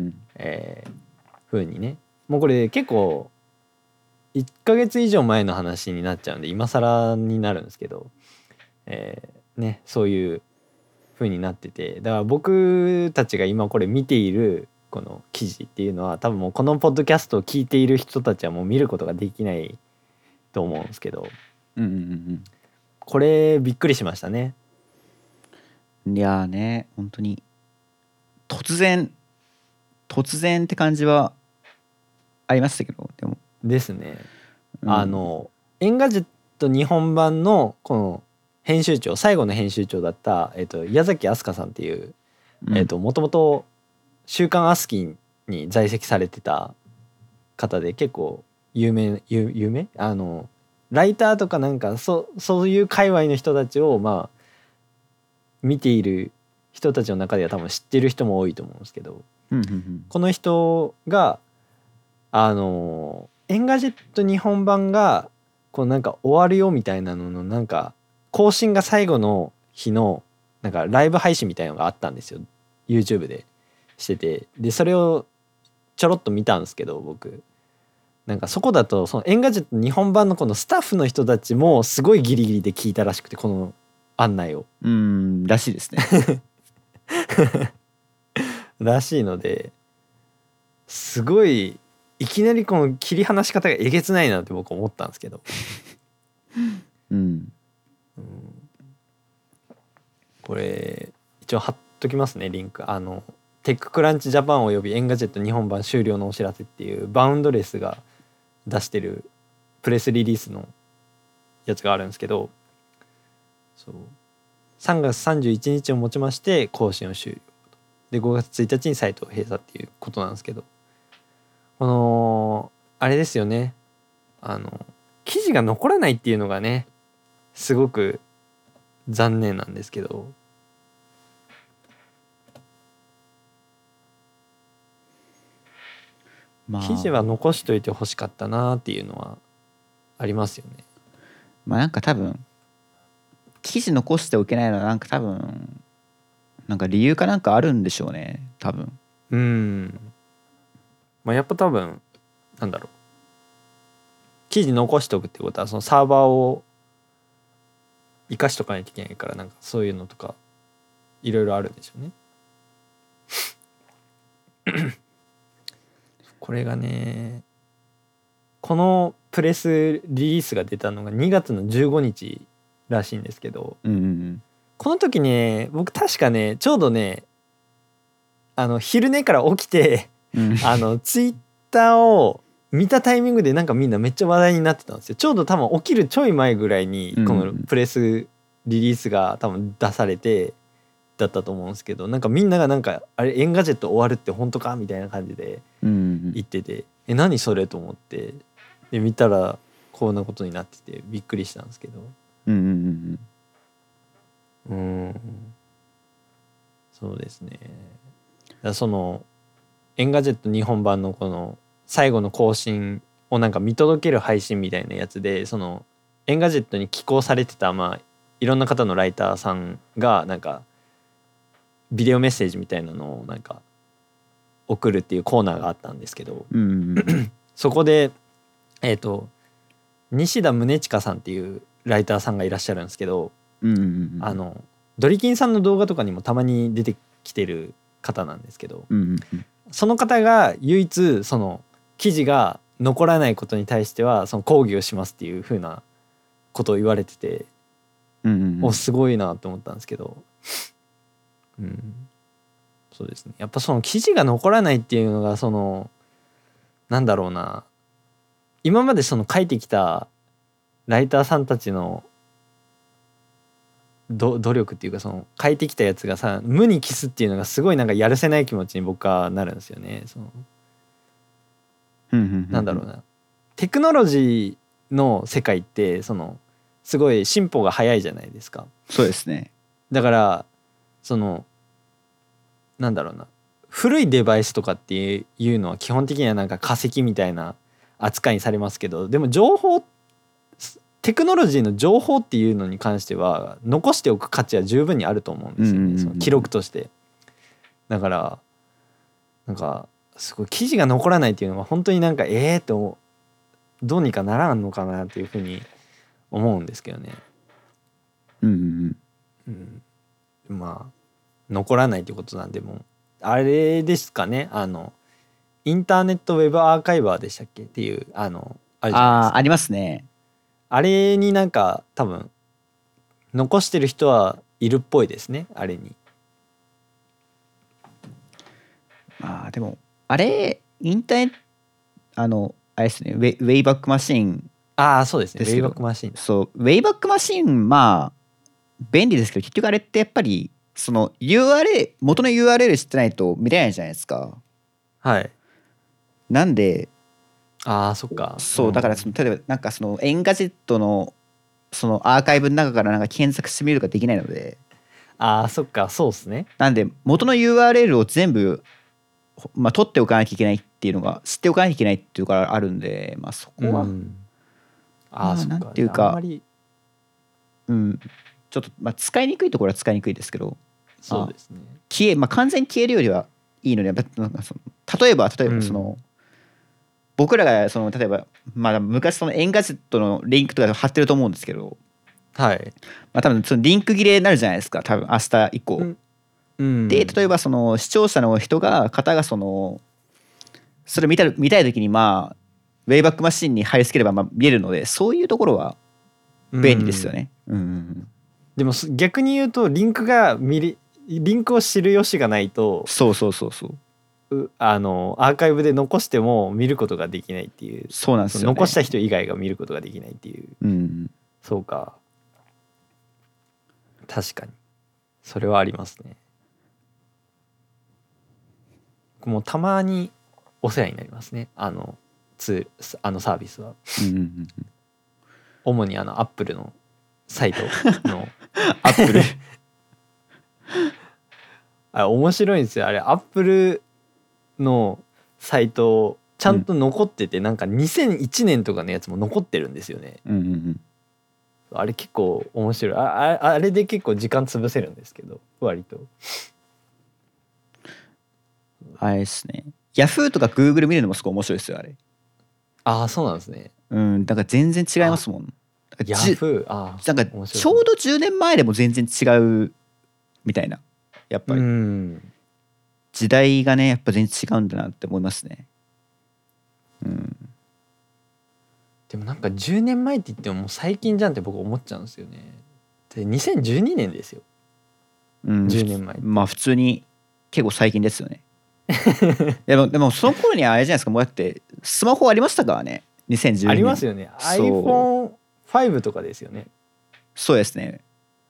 風にね、もうこれ結構1ヶ月以上前の話になっちゃうんで今更になるんですけど、ねそういう風になってて、だから僕たちが今これ見ているこの記事っていうのは多分もうこのポッドキャストを聞いている人たちはもう見ることができないと思うんですけど、これびっくりしましたね。 いやね本当に突然って感じはありましたけど、でもですね、エンガジェット日本版のこの編集長最後の編集長だった、矢崎飛鳥さんっていう、もともと週刊アスキーに在籍されてた方で結構有名ライターとかなんかそういう界隈の人たちをまあ見ている人たちの中では多分知ってる人も多いと思うんですけど、この人がエンガジェット日本版がこうなんか終わるよみたいなののなんか更新が最後の日のなんかライブ配信みたいなのがあったんですよ YouTube でしてて、でそれをちょろっと見たんですけど僕なんかそこだとそのエンガジェット日本版のこのスタッフの人たちもすごいギリギリで聞いたらしくて、この案内をらしいですねらしいので、すごいいきなりこの切り離し方がえげつないなって僕思ったんですけどこれ一応貼っときますねリンク。テッククランチジャパンおよびエンガジェット日本版終了のお知らせっていうバウンドレスが出してるプレスリリースのやつがあるんですけど、そう3月31日をもちまして更新を終了で、5月1日にサイトを閉鎖っていうことなんですけど、あれですよね、記事が残らないっていうのがねすごく残念なんですけど、記事は残しといてほしかったなっていうのはありますよね。 まあなんか多分記事残しておけないのはなんか多分なんか理由かなんかあるんでしょうね多分。 まあやっぱ多分なんだろう、記事残しておくってことはそのサーバーを生かしとかないといけないから、なんかそういうのとかいろいろあるんでしょうねこれがね、このプレスリリースが出たのが2月の15日らしいんですけど、この時ね僕確かねちょうどね昼寝から起きてツイッターを見たタイミングでなんかみんなめっちゃ話題になってたんですよ。ちょうど多分起きるちょい前ぐらいにこのプレスリリースが多分出されてだったと思うんですけど、なんかみんながなんかあれエンガジェット終わるって本当かみたいな感じで言ってて、何それと思ってで見たらこんなことになっててびっくりしたんですけど、そうですね。そのエンガジェット日本版のこの最後の更新をなんか見届ける配信みたいなやつで、そのエンガジェットに寄稿されてたいろんな方のライターさんがなんかビデオメッセージみたいなのをなんか送るっていうコーナーがあったんですけど、そこで西田宗近さんっていうライターさんがいらっしゃるんですけど、ドリキンさんの動画とかにもたまに出てきてる方なんですけど、その方が唯一その記事が残らないことに対してはその抗議をしますっていう風なことを言われてて、すごいなと思ったんですけど、そうですね。やっぱその記事が残らないっていうのがそのなんだろうな、今までその書いてきたライターさんたちの努力っていうか、その書いてきたやつがさ無に帰すっていうのがすごいなんかやるせない気持ちに僕はなるんですよね。なんだろうな、テクノロジーの世界ってそのすごい進歩が早いじゃないですか。 そうですね。 だからそのなんだろうな、古いデバイスとかっていうのは基本的にはなんか化石みたいな扱いにされますけど、でもテクノロジーの情報っていうのに関しては残しておく価値は十分にあると思うんですよね、その記録として。だからなんかすごい記事が残らないっていうのは本当になんかとどうにかならんのかなっていうふうに思うんですけどね。まあ残らないってことなんで、もうあれですかね、インターネットウェブアーカイバーでしたっけっていうあるじゃないですか。 ありますね。 あれになんか多分残してる人はいるっぽいですね、あれに。 でもあれインターネットあれですね、ウェイバックマシーン。 そうですね、ウェイバックマシーン。 そうウェイバックマシーン便利ですけど、結局あれってやっぱりその 元の URL 知ってないと見れないじゃないですか。なんでそっか。 そうだから例えばなんかそのエンガジェットのそのアーカイブの中からなんか検索してみるとかできないので。 そっか、そうですね。 なんで元の URL を全部取っておかなきゃいけないっていうのが、知っておかなきゃいけないっていうのがあるんで、そこはなんていうかちょっと使いにくいところは使いにくいですけど、 そうですね。 完全に消えるよりはいいので、例えばその僕らがその例えば、まあ、昔そのエンガジェットのリンクとか貼ってると思うんですけど、 はい。 まあ、多分そのリンク切れになるじゃないですか、多分明日以降。 うん、 で例えばその視聴者の方がそのそれを見たい時にまあウェイバックマシンに貼り付ければまあ見えるので、そういうところは便利ですよね。 でも逆に言うとリンクを知る由がないと、 そうアーカイブで残しても見ることができないっていう。 そうなんですよね。 残した人以外が見ることができないっていう。そうか。確かにそれはありますね。もうたまにお世話になりますね、サービスは。主にアップルのサイトのアップル面白いんですよあれ。アップルのサイトちゃんと残ってて、なんか2001年とかのやつも残ってるんですよね。あれ結構面白い。あれで結構時間潰せるんですけど、割と。 あれですね。ヤフーとかグーグル見るのもすごい面白いですよあれ。 ああそうなんですね。 だから全然違いますもん。 ヤフーなんかちょうど10年前でも全然違うみたいな、やっぱり時代がねやっぱ全然違うんだなって思いますね。 でもなんか10年前って言ってももう最近じゃんって僕思っちゃうんですよね。で2012年ですよ、10年前。 まあ普通に結構最近ですよね。でもその頃にあれじゃないですか、もうだってスマホありましたからね、2012年。 ありますよね。 iPhone5 とかですよね。 そうですね。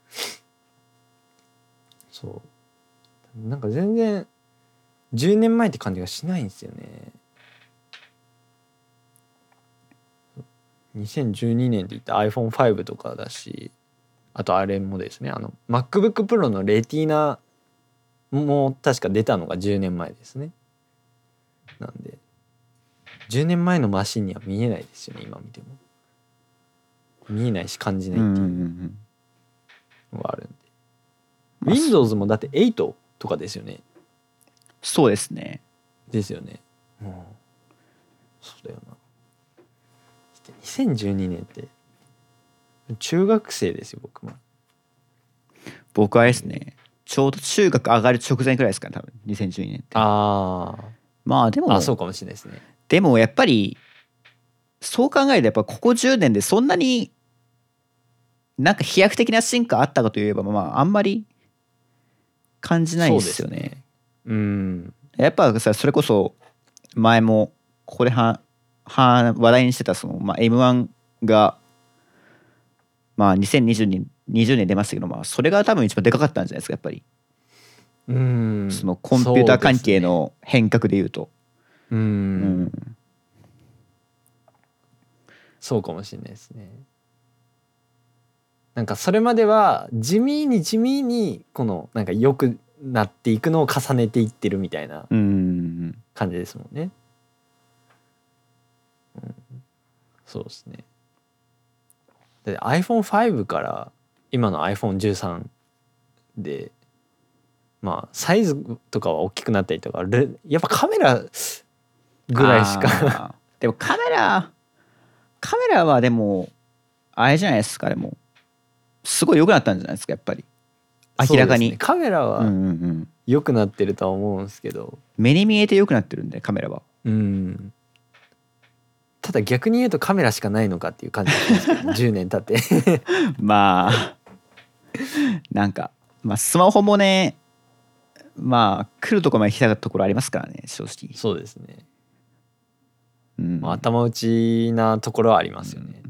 そうなんか全然10年前って感じがしないんですよね。2012年って言ったら iPhone5 とかだし、あとあれもですね、MacBook Pro のレティーナも確か出たのが10年前ですね。なんで10年前のマシンには見えないですよね、今見ても。見えないし感じないっていうのがあるんで、Windows もだって8とかですよね。 そうですね。 ですよね。そうだよな。2012年って中学生ですよ僕も。 僕はですね、ちょうど中学上がる直前くらいですかね、多分2012年って。まあでもそうかもしれないですね。 でもやっぱりそう考えるとやっぱここ10年でそんなになんか飛躍的な進化あったかといえばまああんまり感じないですよね。やっぱさ、それこそ前もここで話題にしてたその、M1 がまあ2020年出ましたけど、まあそれが多分一番でかかったんじゃないですかやっぱり。そのコンピューター関係の変革でいうと。 そうかもしれないですね。なんかそれまでは地味にこのなんか良くなっていくのを重ねていってるみたいな感じですもんね。そうですね。で iPhone5 から今の iPhone13 でまあサイズとかは大きくなったりとか、やっぱカメラぐらいしかでもカメラはでもあれじゃないですか、でもすごい良くなったんじゃないですかやっぱり。明らかに、 カメラは良くなってるとは思うんですけど、 目に見えて良くなってるんでカメラは。 ただ逆に言うとカメラしかないのかっていう感じがしますけど10年経ってまあなんかスマホもね来るところまで来たところありますからね正直。 そうですね。頭打ちなところはありますよね。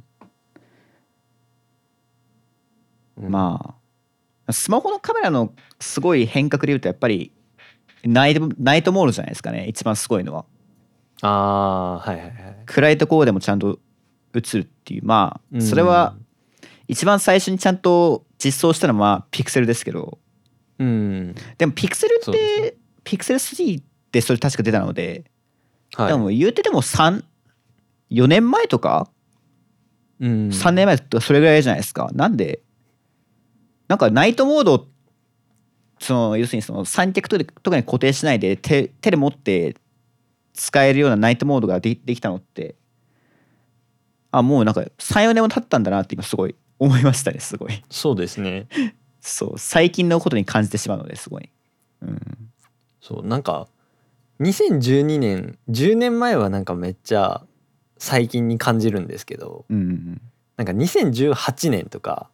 スマホのカメラのすごい変革でいうとやっぱりナイトモードじゃないですかね、一番すごいのは。暗いところでもちゃんと映るっていう、それは一番最初にちゃんと実装したのはピクセルですけど、でもピクセルってピクセル3ってそれ確か出たので、でも言うてでも4年前とか、3年前とかそれぐらいじゃないですか。なんかナイトモード要するにその三脚とかに固定しないで手で持って使えるようなナイトモードができたのって、もうなんか3、4年も経ったんだなって今すごい思いましたね。すごい。 そうですね。 そう最近のことに感じてしまうのですごい。 そうなんか2012年10年前はなんかめっちゃ最近に感じるんですけど、なんか2018年とか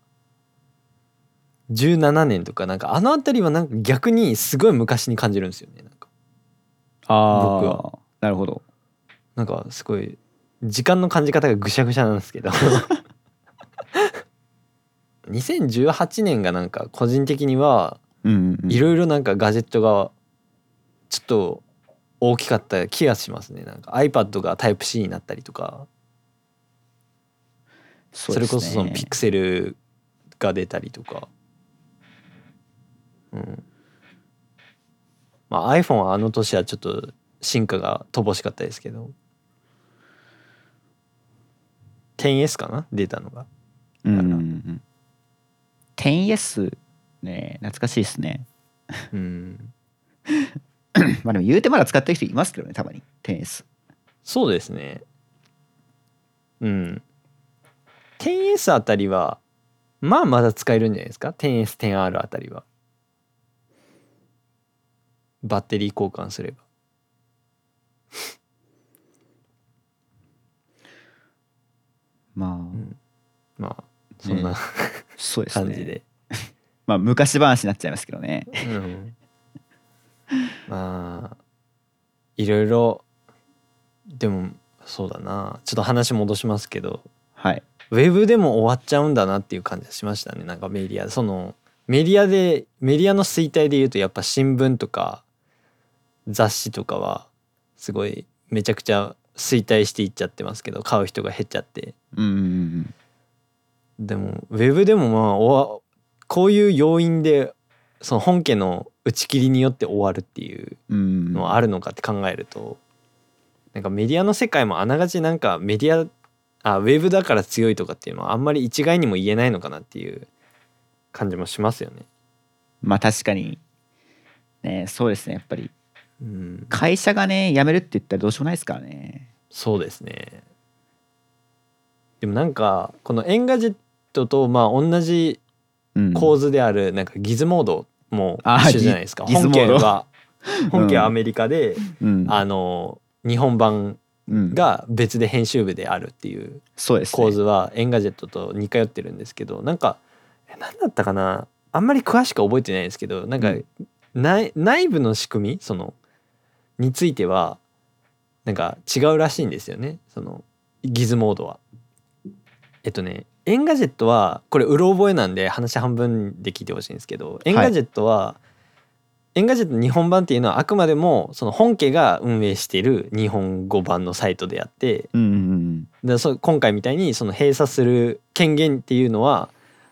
17年とかなんかあの辺りはなんか逆にすごい昔に感じるんですよね。なんか僕はなるほど。 なんかすごい時間の感じ方がぐしゃぐしゃなんですけど2018年がなんか個人的にはいろいろなんかガジェットがちょっと大きかった気がしますね。なんか iPad がタイプ C になったりとか、それこそそのピクセルが出たりとか、まあ iPhone はあの年はちょっと進化が乏しかったですけど、10S かな出たのが。 10S ね、懐かしいですね。まあでも言うてまだ使ってる人いますけどね、たまに 10S。 そうですね。10S あたりはまあまだ使えるんじゃないですか。 10S、10R あたりはバッテリー交換すればまあそんな、ね、 そうですね、 感じでまあ昔話になっちゃいますけどね。 まあいろいろでもそうだな、ちょっと話戻しますけど、 はい、 ウェブでも終わっちゃうんだなっていう感じがしましたね。なんかメディアメディアの衰退でいうとやっぱ新聞とか雑誌とかはすごいめちゃくちゃ衰退していっちゃってますけど、買う人が減っちゃって、でもウェブでもこういう要因でその本家の打ち切りによって終わるっていうのはあるのかって考えると、なんかメディアの世界もあながちなんかウェブだから強いとかっていうのはあんまり一概にも言えないのかなっていう感じもしますよね。 まあ確かにね、そうですね、やっぱり、会社がね辞めるって言ったらどうしようもないですからね。 そうですね。でもなんかこのエンガジェットとまあ同じ構図であるなんかギズモードも一緒じゃないですか。本家はアメリカで、日本版が別で編集部であるっていう構図はエンガジェットと似通ってるんですけど、なんか何だったかな、あんまり詳しく覚えてないですけど、なんか内部の仕組みについてはなんか違うらしいんですよね。そのギズモードは。エンガジェットはこれうろ覚えなんで話半分で聞いてほしいんですけど、エンガジェットは、エンガジェット日本版っていうのはあくまでもその本家が運営している日本語版のサイトであって、今回みたいにその閉鎖する権限っていうのは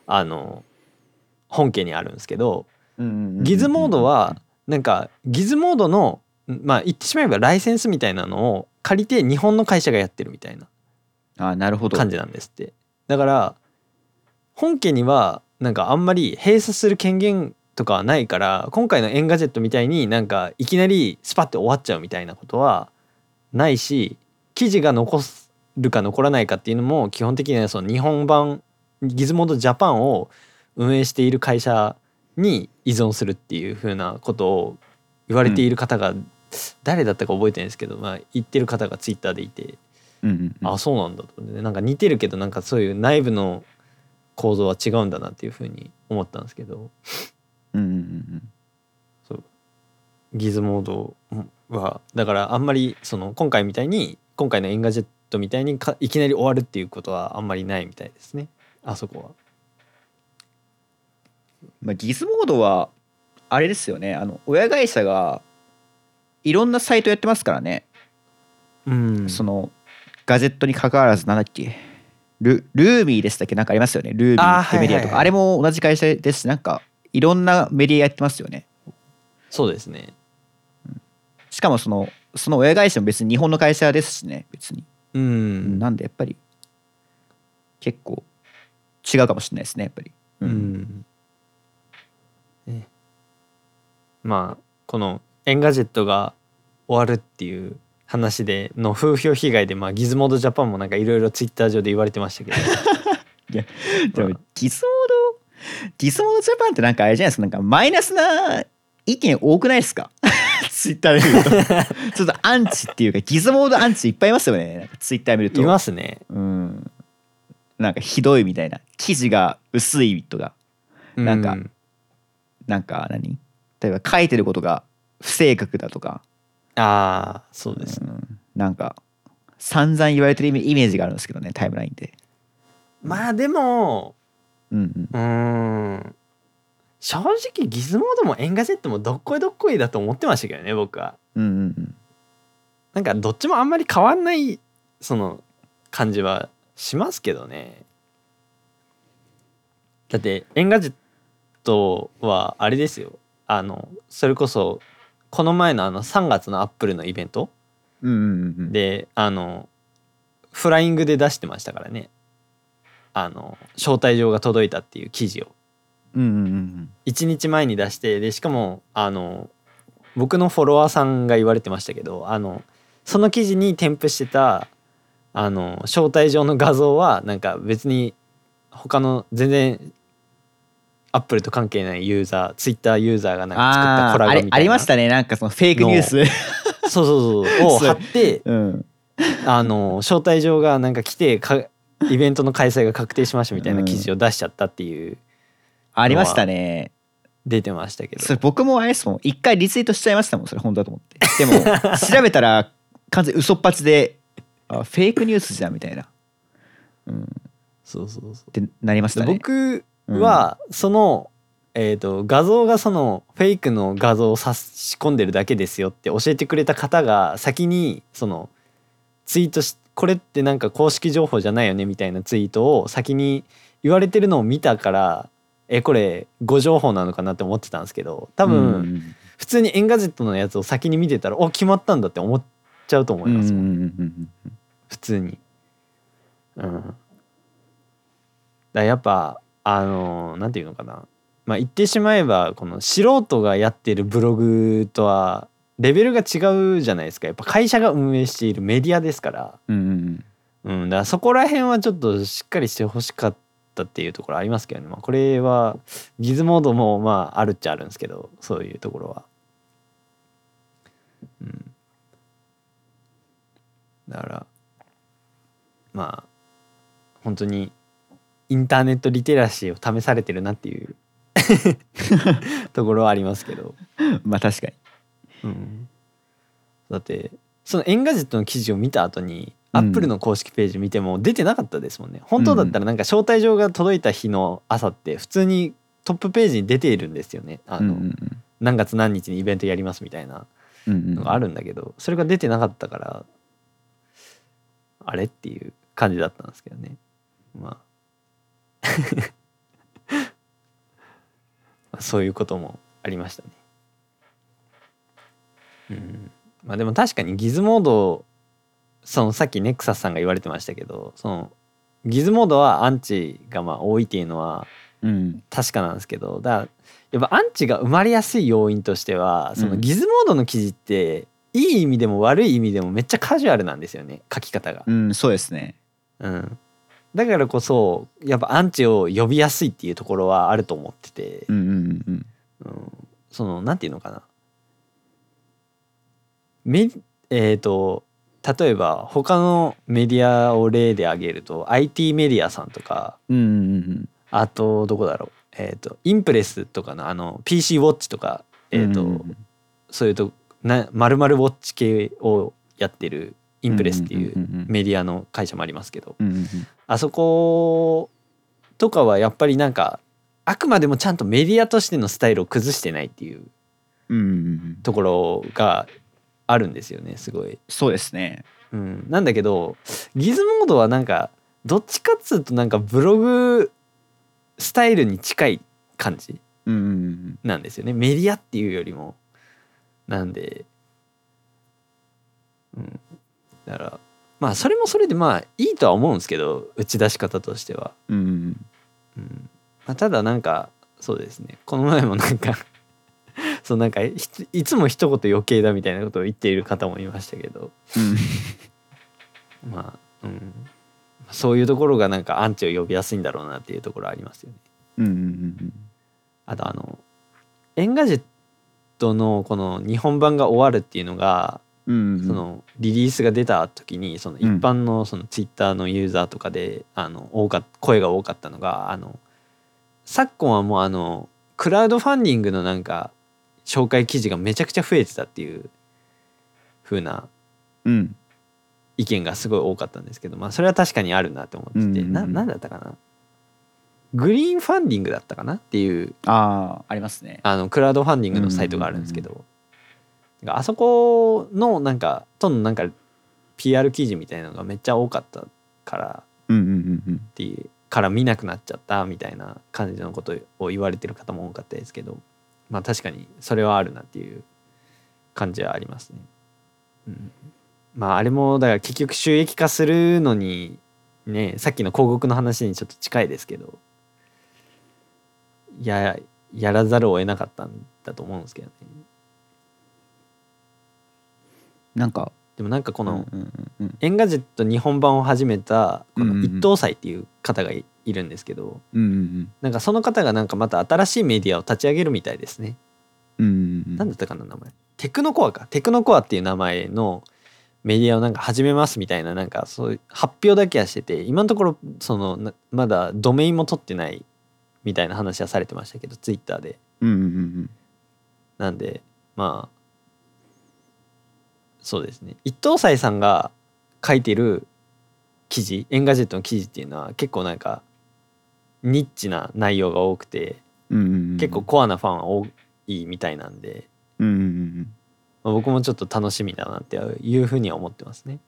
本家にあるんですけど、ギズモードはなんかギズモードのまあ言ってしまえばライセンスみたいなのを借りて日本の会社がやってるみたいな感じなんですって。だから本家にはなんかあんまり閉鎖する権限とかはないから、今回のエンガジェットみたいになんかいきなりスパッて終わっちゃうみたいなことはないし、記事が残るか残らないかっていうのも基本的にはその日本版ギズモードジャパンを運営している会社に依存するっていう風なことを言われている方が、誰だったか覚えてないんですけど、まあ言ってる方がツイッターでいて、あ、そうなんだと、なんか似てるけどなんかそういう内部の構造は違うんだなっていう風に思ったんですけど、そうギズモードはだからあんまりその今回のエンガジェットみたいにいきなり終わるっていうことはあんまりないみたいですね、あそこは。 まあ、ギズモードはあれですよね、親会社がいろんなサイトやってますからね。そのガジェットに関わらずなんだっけ、ルーミーでしたっけ、なんかありますよね。ルーミーってメディアとか、あれも同じ会社ですし、なんかいろんなメディアやってますよね。 そうですね。 しかもその親会社も別に日本の会社ですしね、別に。なんでやっぱり結構違うかもしれないですね、やっぱり。まあこのエンガジェットが終わるっていう話での風評被害で、まあギズモードジャパンもなんかいろいろツイッター上で言われてましたけどいやでもギズモードジャパンってなんかあれじゃないですか、なんかマイナスな意見多くないですかツイッターで見るとちょっとアンチっていうかギズモードアンチいっぱいいますよね、なんかツイッター見ると。 いますね。 なんかひどいみたいな、記事が薄いとか、なんか何、例えば書いてることが不正確だとか、 そうです、 なんか散々言われてるイメージがあるんですけどね、タイムラインで。 まあでも正直ギズモードもエンガジェットもどっこいどっこいだと思ってましたけどね、僕は。なんかどっちもあんまり変わんないその感じはしますけどね。だってエンガジェットはあれですよ、それこそこの前の3月のアップルのイベントでフライングで出してましたからね、招待状が届いたっていう記事を1日前に出して、でしかも僕のフォロワーさんが言われてましたけど、その記事に添付してた招待状の画像はなんか別に他の全然アップルと関係ないユーザー、ツイッターユーザーがなんか作ったコラボみたいなありましたね、なんかそのフェイクニュースそうを貼って招待状がなんか来てイベントの開催が確定しましたみたいな記事を出しちゃったっていうありましたね。 出てましたけど、 それ僕もあれですもん、一回リツイートしちゃいましたもん、それ本当だと思って。でも調べたら完全嘘っぱちでフェイクニュースじゃんみたいな、 そうってなりましたね。 僕はその、画像がそのフェイクの画像を差し込んでるだけですよって教えてくれた方が先にそのツイートこれってなんか公式情報じゃないよねみたいなツイートを先に言われてるのを見たから、これ誤情報なのかなって思ってたんですけど、多分普通にエンガジェットのやつを先に見てたら決まったんだって思っちゃうと思いますもん、普通に。だやっぱなんていうのかな、まあ言ってしまえばこの素人がやってるブログとはレベルが違うじゃないですか。やっぱ会社が運営しているメディアですから、だからそこら辺はちょっとしっかりしてほしかったっていうところありますけどね。まあ、これはギズモードもまああるっちゃあるんですけど、そういうところは。だからまあ本当にインターネットリテラシーを試されてるなっていうところはありますけどまあ確かに、 だってそのエンガジェットの記事を見た後にアップルの公式ページ見ても出てなかったですもんね。本当だったらなんか招待状が届いた日の朝って普通にトップページに出ているんですよね。何月何日にイベントやりますみたいなのがあるんだけど、それが出てなかったからあれっていう感じだったんですけどね。まあそういうこともありましたね。まあでも確かにギズモード、そのさっきネクサスさんが言われてましたけど、そのギズモードはアンチがまあ多いっていうのは確かなんですけど、だからやっぱアンチが生まれやすい要因としては、そのギズモードの記事っていい意味でも悪い意味でもめっちゃカジュアルなんですよね、書き方が。 そうですね。 だからこそやっぱアンチを呼びやすいっていうところはあると思ってて、そのなんていうのかな、例えば他のメディアを例で挙げると IT メディアさんとか、あとどこだろう、インプレスとかのPC ウォッチとか、そういうと〇〇ウォッチ系をやってるインプレスっていうメディアの会社もありますけど、あそことかはやっぱりなんかあくまでもちゃんとメディアとしてのスタイルを崩してないっていうところがあるんですよね、すごい。 そうですね。 なんだけどギズモードはなんかどっちかっつうとなんかブログスタイルに近い感じなんですよね、メディアっていうよりも。なんでだからまあそれもそれでまあいいとは思うんですけど、打ち出し方としては。まあ、ただなんかそうですね、この前もなんかそうなんかいつも一言余計だみたいなことを言っている方もいましたけど、まあ、そういうところがなんかアンチを呼びやすいんだろうなっていうところありますよね。あとエンガジェットのこの日本版が終わるっていうのが、そのリリースが出た時にその一般のそのツイッターのユーザーとかで声が多かったのが昨今はもうクラウドファンディングのなんか紹介記事がめちゃくちゃ増えてたっていう風な意見がすごい多かったんですけど、まあそれは確かにあるなと思ってて、なんだったかな、グリーンファンディングだったかなっていうありますね、 クラウドファンディングのサイトがあるんですけど、あそこのなんかPR 記事みたいなのがめっちゃ多かったからっていうから見なくなっちゃったみたいな感じのことを言われてる方も多かったですけど、まあ確かにそれはあるなっていう感じはありますね。まああれもだから結局収益化するのにね、さっきの広告の話にちょっと近いですけど、やらざるを得なかったんだと思うんですけどね。でもなんかこのエンガジェット日本版を始めたこの一等祭っていう方がいるんですけど、なんかその方がなんかまた新しいメディアを立ち上げるみたいですね。なんだったかな名前、テクノコアっていう名前のメディアをなんか始めますみたいな、なんかそういう発表だけはしてて、今のところまだドメインも取ってないみたいな話はされてましたけど、ツイッターで。なんでまあそうですね、一等祭さんが書いてる記事、エンガジェットの記事っていうのは結構なんかニッチな内容が多くて、結構コアなファンは多いみたいなんで、僕もちょっと楽しみだなっていうふうには思ってますね。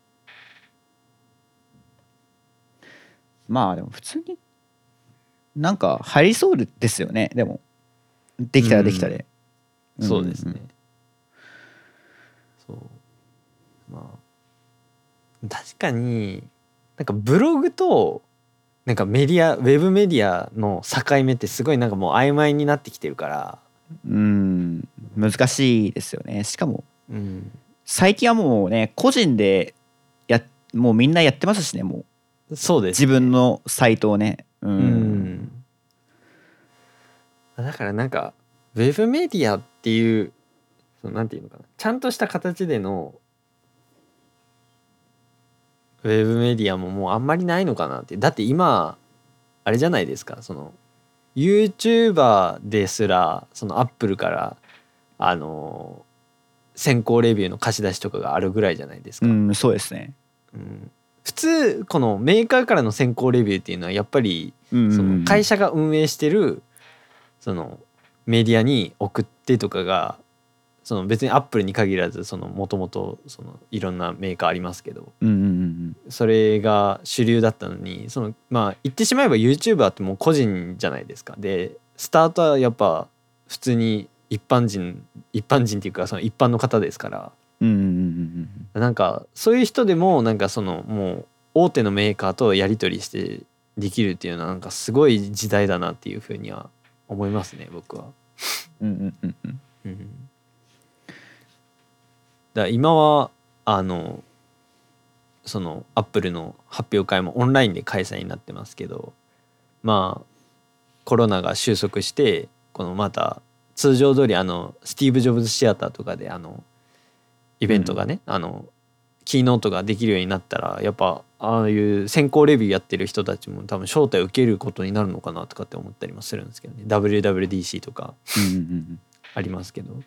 まあでも普通になんか入りそうですよね。でもできたらできたで、 そうですね。そうまあ確かになんかブログとなんかウェブメディアの境目ってすごいなんかもう曖昧になってきてるから、 難しいですよね。しかも、最近はもうね個人でもうみんなやってますしね、もうそうです、 ね、自分のサイトをね。 だからなんかウェブメディアっていうなんていうのかな、ちゃんとした形でのウェブメディアももうあんまりないのかなって。だって今あれじゃないですか、YouTuber ですらアップルから先行レビューの貸し出しとかがあるぐらいじゃないですか。 そうですね。 普通このメーカーからの先行レビューっていうのはやっぱり会社が運営してるメディアに送ってとかが、別にアップルに限らずもともといろんなメーカーありますけど、それが主流だったのに、まあ言ってしまえば YouTuber ってもう個人じゃないですか。でスタートはやっぱ普通に一般人っていうか一般の方ですから、なんかそういう人でもなんかもう大手のメーカーとやり取りしてできるっていうのはなんかすごい時代だなっていうふうには思いますね、僕は。だから今はアップルの発表会もオンラインで開催になってますけど、まあコロナが収束してまた通常通りスティーブ・ジョブズシアターとかでイベントがね、キーノートができるようになったら、やっぱああいう先行レビューやってる人たちも多分招待を受けることになるのかなとかって思ったりもするんですけどね。 WWDC とかありますけど、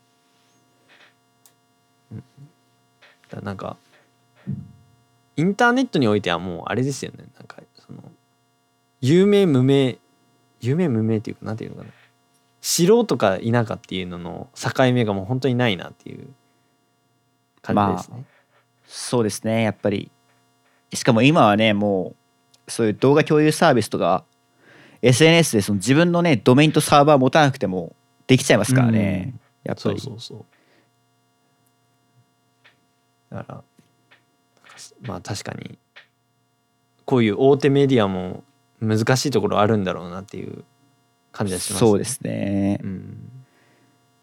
だなんかインターネットにおいてはもうあれですよね、なんか有名無名っていうか、なんていうのかな、素人か否かっていうのの境目がもう本当にないなっていう感じですね。 そうですね。やっぱりしかも今はね、もうそういう動画共有サービスとか SNS で自分のねドメインとサーバー持たなくてもできちゃいますからね、やっぱり。 そうだからまあ確かにこういう大手メディアも難しいところあるんだろうなっていう感じがしますね。 そうですね。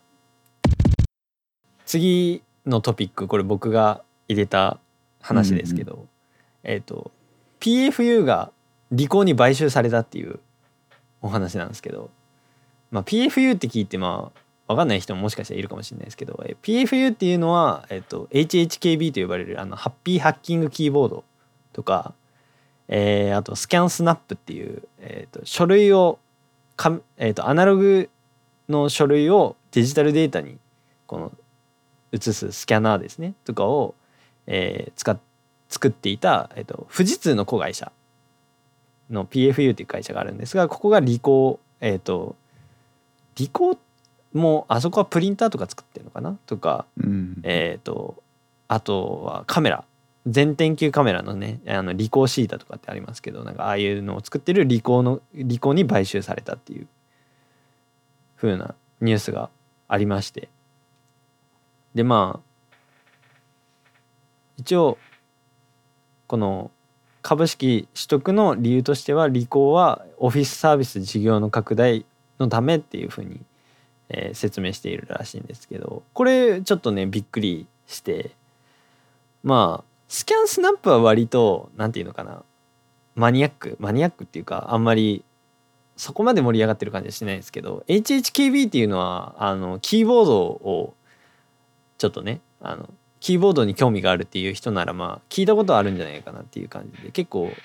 次のトピック、これ僕が入れた話ですけど、PFU がリコーに買収されたっていうお話なんですけど、まあ、PFU って聞いて分かんない人ももしかしたらいるかもしれないですけど、PFU っていうのは、HHKB と呼ばれるハッピーハッキングキーボードとか、あとスキャンスナップっていう、書類をアナログの書類をデジタルデータにこの移すスキャナーですねとかを、作っていた、富士通の子会社の PFU っていう会社があるんですが、ここがリコー、リコーもあそこはプリンターとか作ってるのかなとか、あとはカメラ、全天球カメラのね、リコーシータとかってありますけど、なんかああいうのを作ってるリコーに買収されたっていう風なニュースがありまして、でまあ一応この株式取得の理由としては、リコーはオフィスサービス事業の拡大のためっていう風に、説明しているらしいんですけど、これちょっとねびっくりして、まあスキャンスナップは割となんていうのかな、マニアックっていうか、あんまりそこまで盛り上がってる感じはしないですけど、 HHKB っていうのはキーボードをちょっとね、キーボードに興味があるっていう人ならまあ聞いたことあるんじゃないかなっていう感じで、結構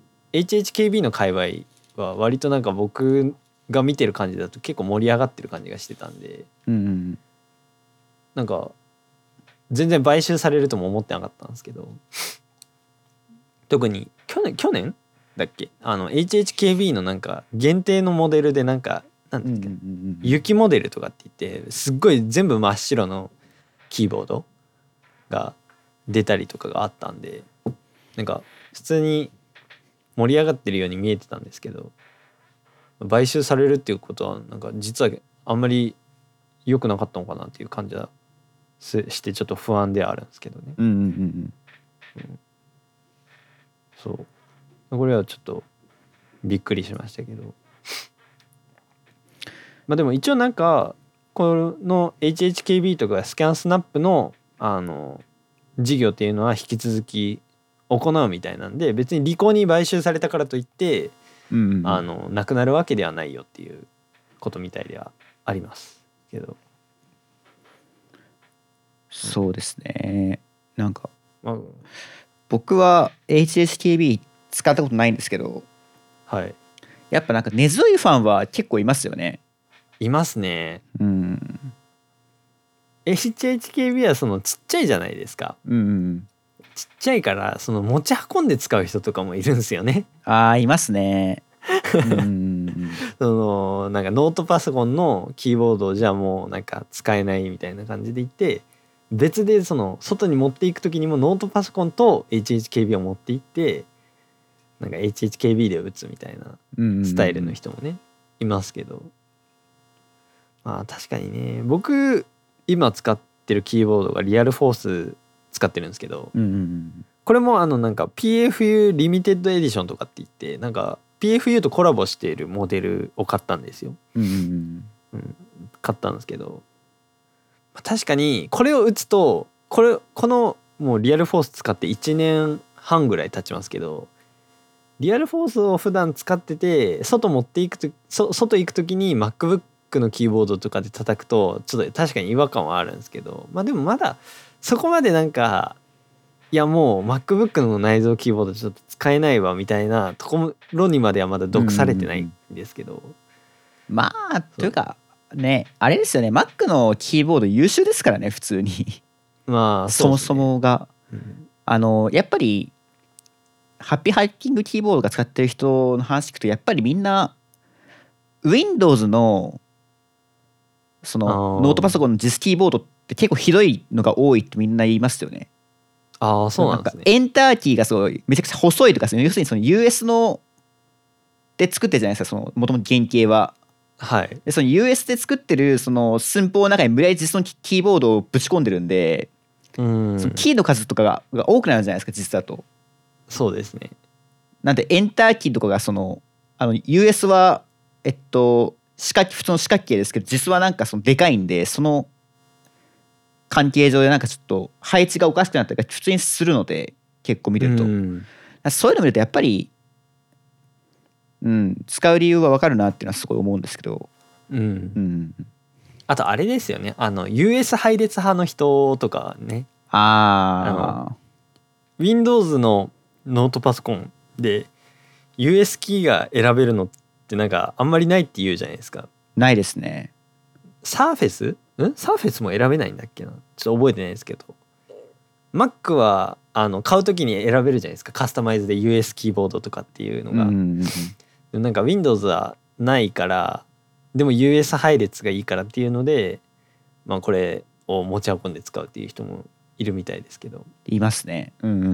HHKB の界隈は割となんか僕が見てる感じだと結構盛り上がってる感じがしてたんで、なんか全然買収されるとも思ってなかったんですけど、特に去年だっけ、HHKB のなんか限定のモデルでなんかなんですか、雪モデルとかって言ってすっごい全部真っ白のキーボードが出たりとかがあったんで、なんか普通に盛り上がってるように見えてたんですけど、買収されるっていうことはなんか実はあんまり良くなかったのかなっていう感じはしてちょっと不安ではあるんですけどね。そうこれはちょっとびっくりしましたけど、まあでも一応なんかこの HHKB とかスキャンスナップの事業っていうのは引き続き行うみたいなんで、別にリコーに買収されたからといってなくなるわけではないよっていうことみたいではありますけど。 そうですね。なんか、僕は HHKB 使ったことないんですけど、 はい、 やっぱなんか根強いファンは結構いますよね。 いますね。HHKB はそのちっちゃいじゃないですか。ちっちゃいからその持ち運んで使う人とかもいるんですよね。 いますね。 そのなんかノートパソコンのキーボードじゃもうなんか使えないみたいな感じで言って、別でその外に持っていく時にもノートパソコンと HHKB を持っていってなんか HHKB で打つみたいなスタイルの人もねいますけど、まあ確かにね、僕今使ってるキーボードがリアルフォース使ってるんですけど、これもなんか PFU リミテッドエディションとかって言ってなんか PFU とコラボしているモデルを買ったんですよ。買ったんですけど、確かにこれを打つとこのもうリアルフォース使って1年半ぐらい経ちますけど、リアルフォースを普段使ってて外行く時に MacBook のキーボードとかで叩くとちょっと確かに違和感はあるんですけど、まあでもまだそこまでなんかいやもう MacBook の内蔵キーボードちょっと使えないわみたいなところにまではまだ毒されてないんですけど、 まあというかね、あれですよね、Mac のキーボード優秀ですからね普通にまあそもそもが、やっぱりハッピーハッキングキーボードが使ってる人の話聞くと、やっぱりみんな Windows のそのノートパソコンのJISキーボードって結構ひどいのが多いってみんな言いますよね。 そうなんですね。 エンターキーがすごいめちゃくちゃ細いとか、要するにその US ので作ってるじゃないですか、その元々原型は。でその US で作ってるその寸法の中に無理やり実のキーボードをぶち込んでるんで、そのキーの数とかが多くなるじゃないですか実だと。 そうですね。 なんでエンターキーとかがそのUS は普通の四角形ですけど、実はなんかそのでかいんで、その関係上でなんかちょっと配置がおかしくなったり普通にするので結構見てると、そういうの見るとやっぱり、使う理由は分かるなっていうのはすごい思うんですけど、 あとあれですよね、US 配列派の人とかね、Windows のノートパソコンで US キーが選べるのってなんかあんまりないって言うじゃないですか。 ないですね。 サーフェスも選べないんだっけな、ちょっと覚えてないですけど、 Mac は買う時に選べるじゃないですか、カスタマイズで US キーボードとかっていうのが、なんか Windows はないから、でも US 配列がいいからっていうので、まあこれを持ち運んで使うっていう人もいるみたいですけど。 いますね。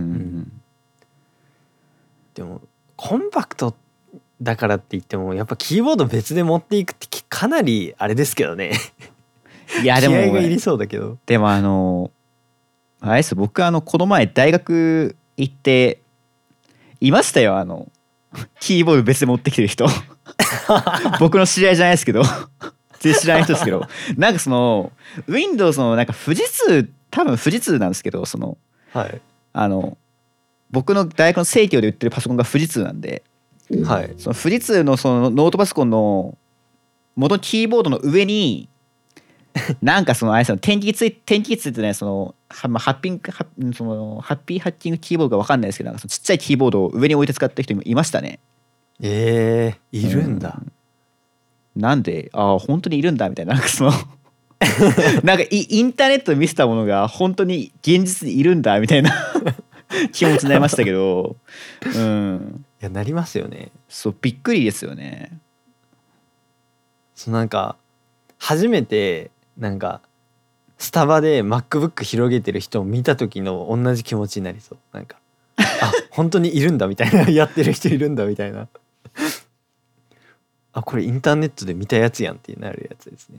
でもコンパクトだからって言ってもやっぱキーボード別で持っていくってかなりあれですけどね。 いやでも気合がいりそうだけど。 でもあれです、僕この前大学行っていましたよ、キーボード別で持ってきてる人。僕の知り合いじゃないですけど、全然知らない人ですけど、なんかその Windows のなんか多分富士通なんですけど、 はい、 僕の大学の生協で売ってるパソコンが富士通なんで、 はい、 その富士通のそのノートパソコンの元キーボードの上になんかあれですよ、点撃ついてね、ハッピーハッキングキーボードが分かんないですけど、なんかそのちっちゃいキーボードを上に置いて使った人もいましたね。 いるんだ。 なんで本当にいるんだみたいな、なんかなんかインターネットで見せたものが本当に現実にいるんだみたいな気持ちになりましたけど、いやなりますよね。 そうびっくりですよね。 なんか初めてなんかスタバで MacBook 広げてる人を見た時の同じ気持ちになりそう。なんか本当にいるんだみたいな、やってる人いるんだみたいな。これインターネットで見たやつやんってなるやつですね。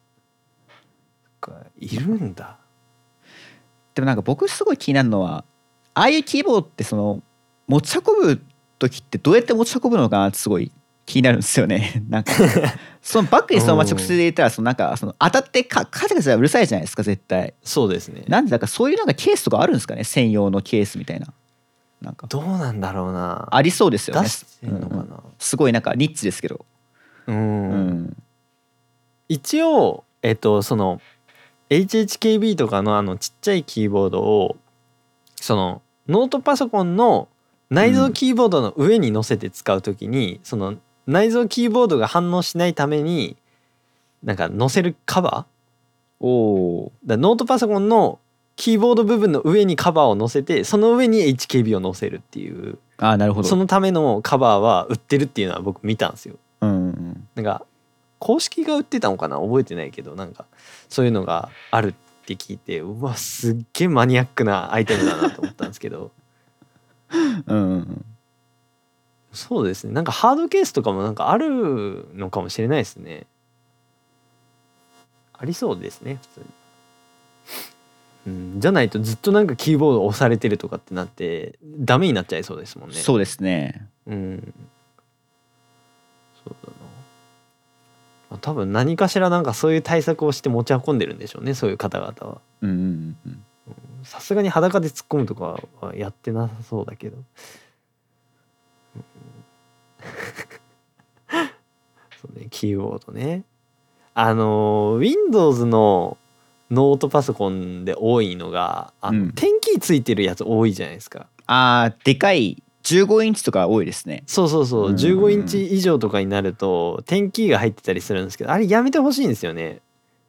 いるんだ。 でもなんか僕すごい気になるのは、ああいうキーボードって持ち運ぶ時ってどうやって持ち運ぶのかなってすごい気になるんですよね。なんかそのバッグにそのまま直接入れたらなんか当たってカチャカチャうるさいじゃないですか絶対。 そうですね。 なんでだかそういうなんかケースとかあるんですかね、専用のケースみたいな。なんかどうなんだろうな。 ありそうですよね。 出してんのかな、 すごいなんかニッチですけど。 一応その HHKB とかのちっちゃいキーボードをノートパソコンの内蔵キーボードの上に乗せて使うときに、その内蔵キーボードが反応しないためになんか乗せるカバー、ノートパソコンのキーボード部分の上にカバーを乗せて、その上に HKB を乗せるっていう、 なるほど、 そのためのカバーは売ってるっていうのは僕見たんですよ。なんか公式が売ってたのかな、覚えてないけど、なんかそういうのがあるって聞いて、うわすっげえマニアックなアイテムだなと思ったんですけどそうですね、なんかハードケースとかもなんかあるのかもしれないですね。ありそうですね普通に。じゃないとずっとなんかキーボード押されてるとかってなってダメになっちゃいそうですもんね。 そうですね。 そうだな。多分何かしらなんかそういう対策をして持ち運んでるんでしょうね、そういう方々は。さすがに裸で突っ込むとかはやってなさそうだけど。そうね、キーボードね。Windows のノートパソコンで多いのが点キーついてるやつ多いじゃないですか。 でかい15インチとか多いですね。 そう15インチ以上とかになると点キーが入ってたりするんですけど、あれやめてほしいんですよね。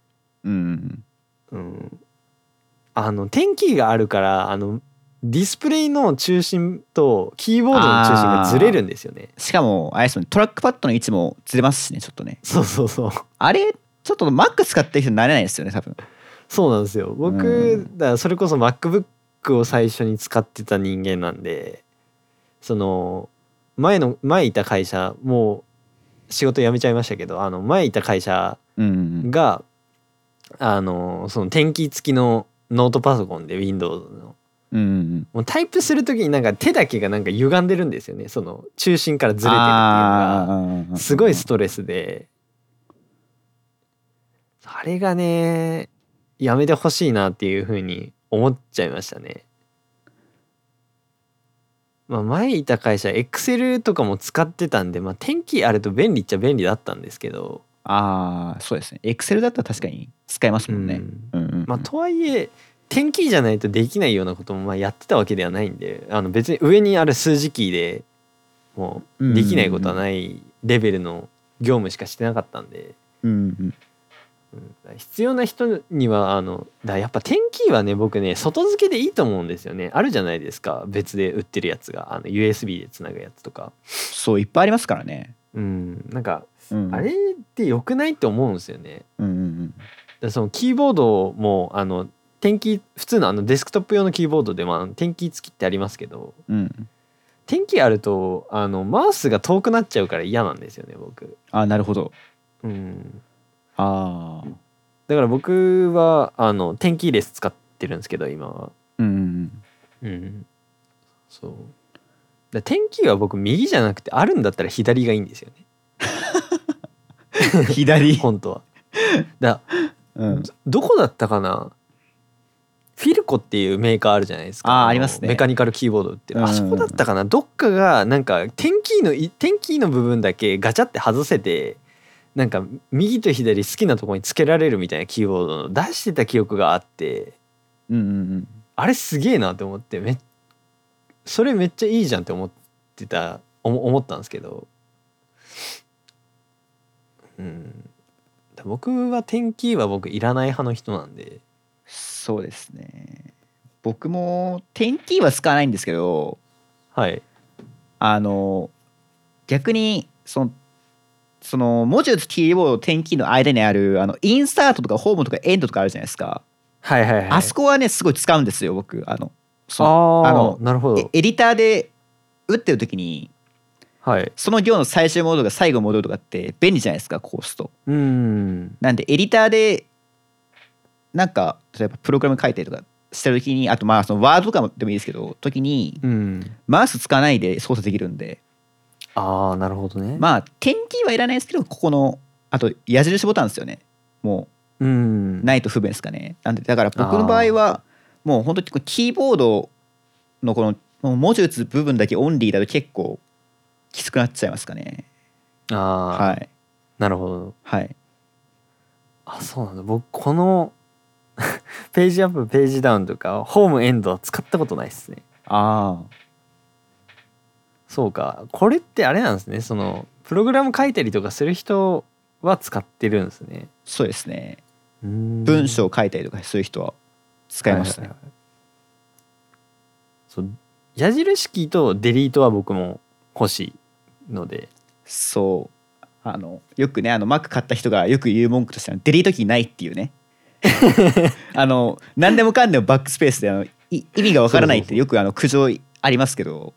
点キーがあるからディスプレイの中心とキーボードの中心がずれるんですよね。 しかもあれですもん、トラックパッドの位置もずれますしね、ちょっとね。 そうあれちょっと Mac 使ってる人になれないですよね多分。 そうなんですよ。僕だからそれこそ MacBook を最初に使ってた人間なんで、前いた会社、もう仕事辞めちゃいましたけど、前いた会社が、その点キー付きのノートパソコンで Windows の、もうタイプする時になんか手だけがなんか歪んでるんですよね、その中心からずれてるっていうのがすごいストレスで、あれがねやめてほしいなっていうふうに思っちゃいましたね。まあ前いた会社 Excel とかも使ってたんで、まあ天気あると便利っちゃ便利だったんですけど、 ああ、そうですね。Excel だったら確かに使えますもんね。 まあとはいえ天気じゃないとできないようなこともまあやってたわけではないんで、別に上にある数字キーでもうできないことはないレベルの業務しかしてなかったんで、必要な人にはやっぱ天気はね、僕ね外付けでいいと思うんですよね。あるじゃないですか、別で売ってるやつがUSB でつなぐやつとか。 そういっぱいありますからね。 なんか、あれって良くないって思うんですよね。そのキーボードも点キー普通のデスクトップ用のキーボードでも点キー付きってありますけど、点キーあるとマウスが遠くなっちゃうから嫌なんですよね、僕。 あ、なるほど。 だから僕は点キーレス使ってるんですけど今は。そうだ、点キーは僕右じゃなくてあるんだったら左がいいんですよね。 左本当は。どこだったかな、フィルコっていうメーカーあるじゃないですか。 ありますね。 メカニカルキーボード売ってる、あそこだったかな、どっかがなんか点キーの部分だけガチャって外せて、なんか右と左好きなところにつけられるみたいなキーボードの出してた記憶があって、あれすげえなって思って、それめっちゃいいじゃんって思ったんですけど、僕は点キーは僕いらない派の人なんで。 そうですね。僕も点キーは使わないんですけど、 はい。 逆にその文字打つキーボードと点キーの間にあるインサートとかホームとかエンドとかあるじゃないですか。あそこはねすごい使うんですよ僕。なるほど。エディターで打ってる時に、その行の最終モードが最後戻るとかって便利じゃないですか、こうすると。なんでエディターでなんか例えばプログラム書いたりとかしてる時に、あとまあそのワードとかでもいいですけど時に、マウス使わないで操作できるんで。 なるほどね。 まあ点キーはいらないですけど、ここのあと矢印ボタンですよね、もうないと不便ですかね。なんでだから僕の場合はもう本当にキーボードのこの文字打つ部分だけオンリーだと結構きつくなっちゃいますかね。 はい。なるほど。 はい。 そうなんだ。僕このページアップページダウンとかホームエンドは使ったことないですね。そうか、これってあれなんですね。そのプログラム書いたりとかする人は使ってるんですね。 そうですね。文章を書いたりとかする人は使いますね。 そう矢印キーとデリートは僕も欲しいので。 そうよくねMac 買った人がよく言う文句としてはデリートキーないっていうね。何でもかんでもバックスペースで意味がわからないってよく苦情ありますけど。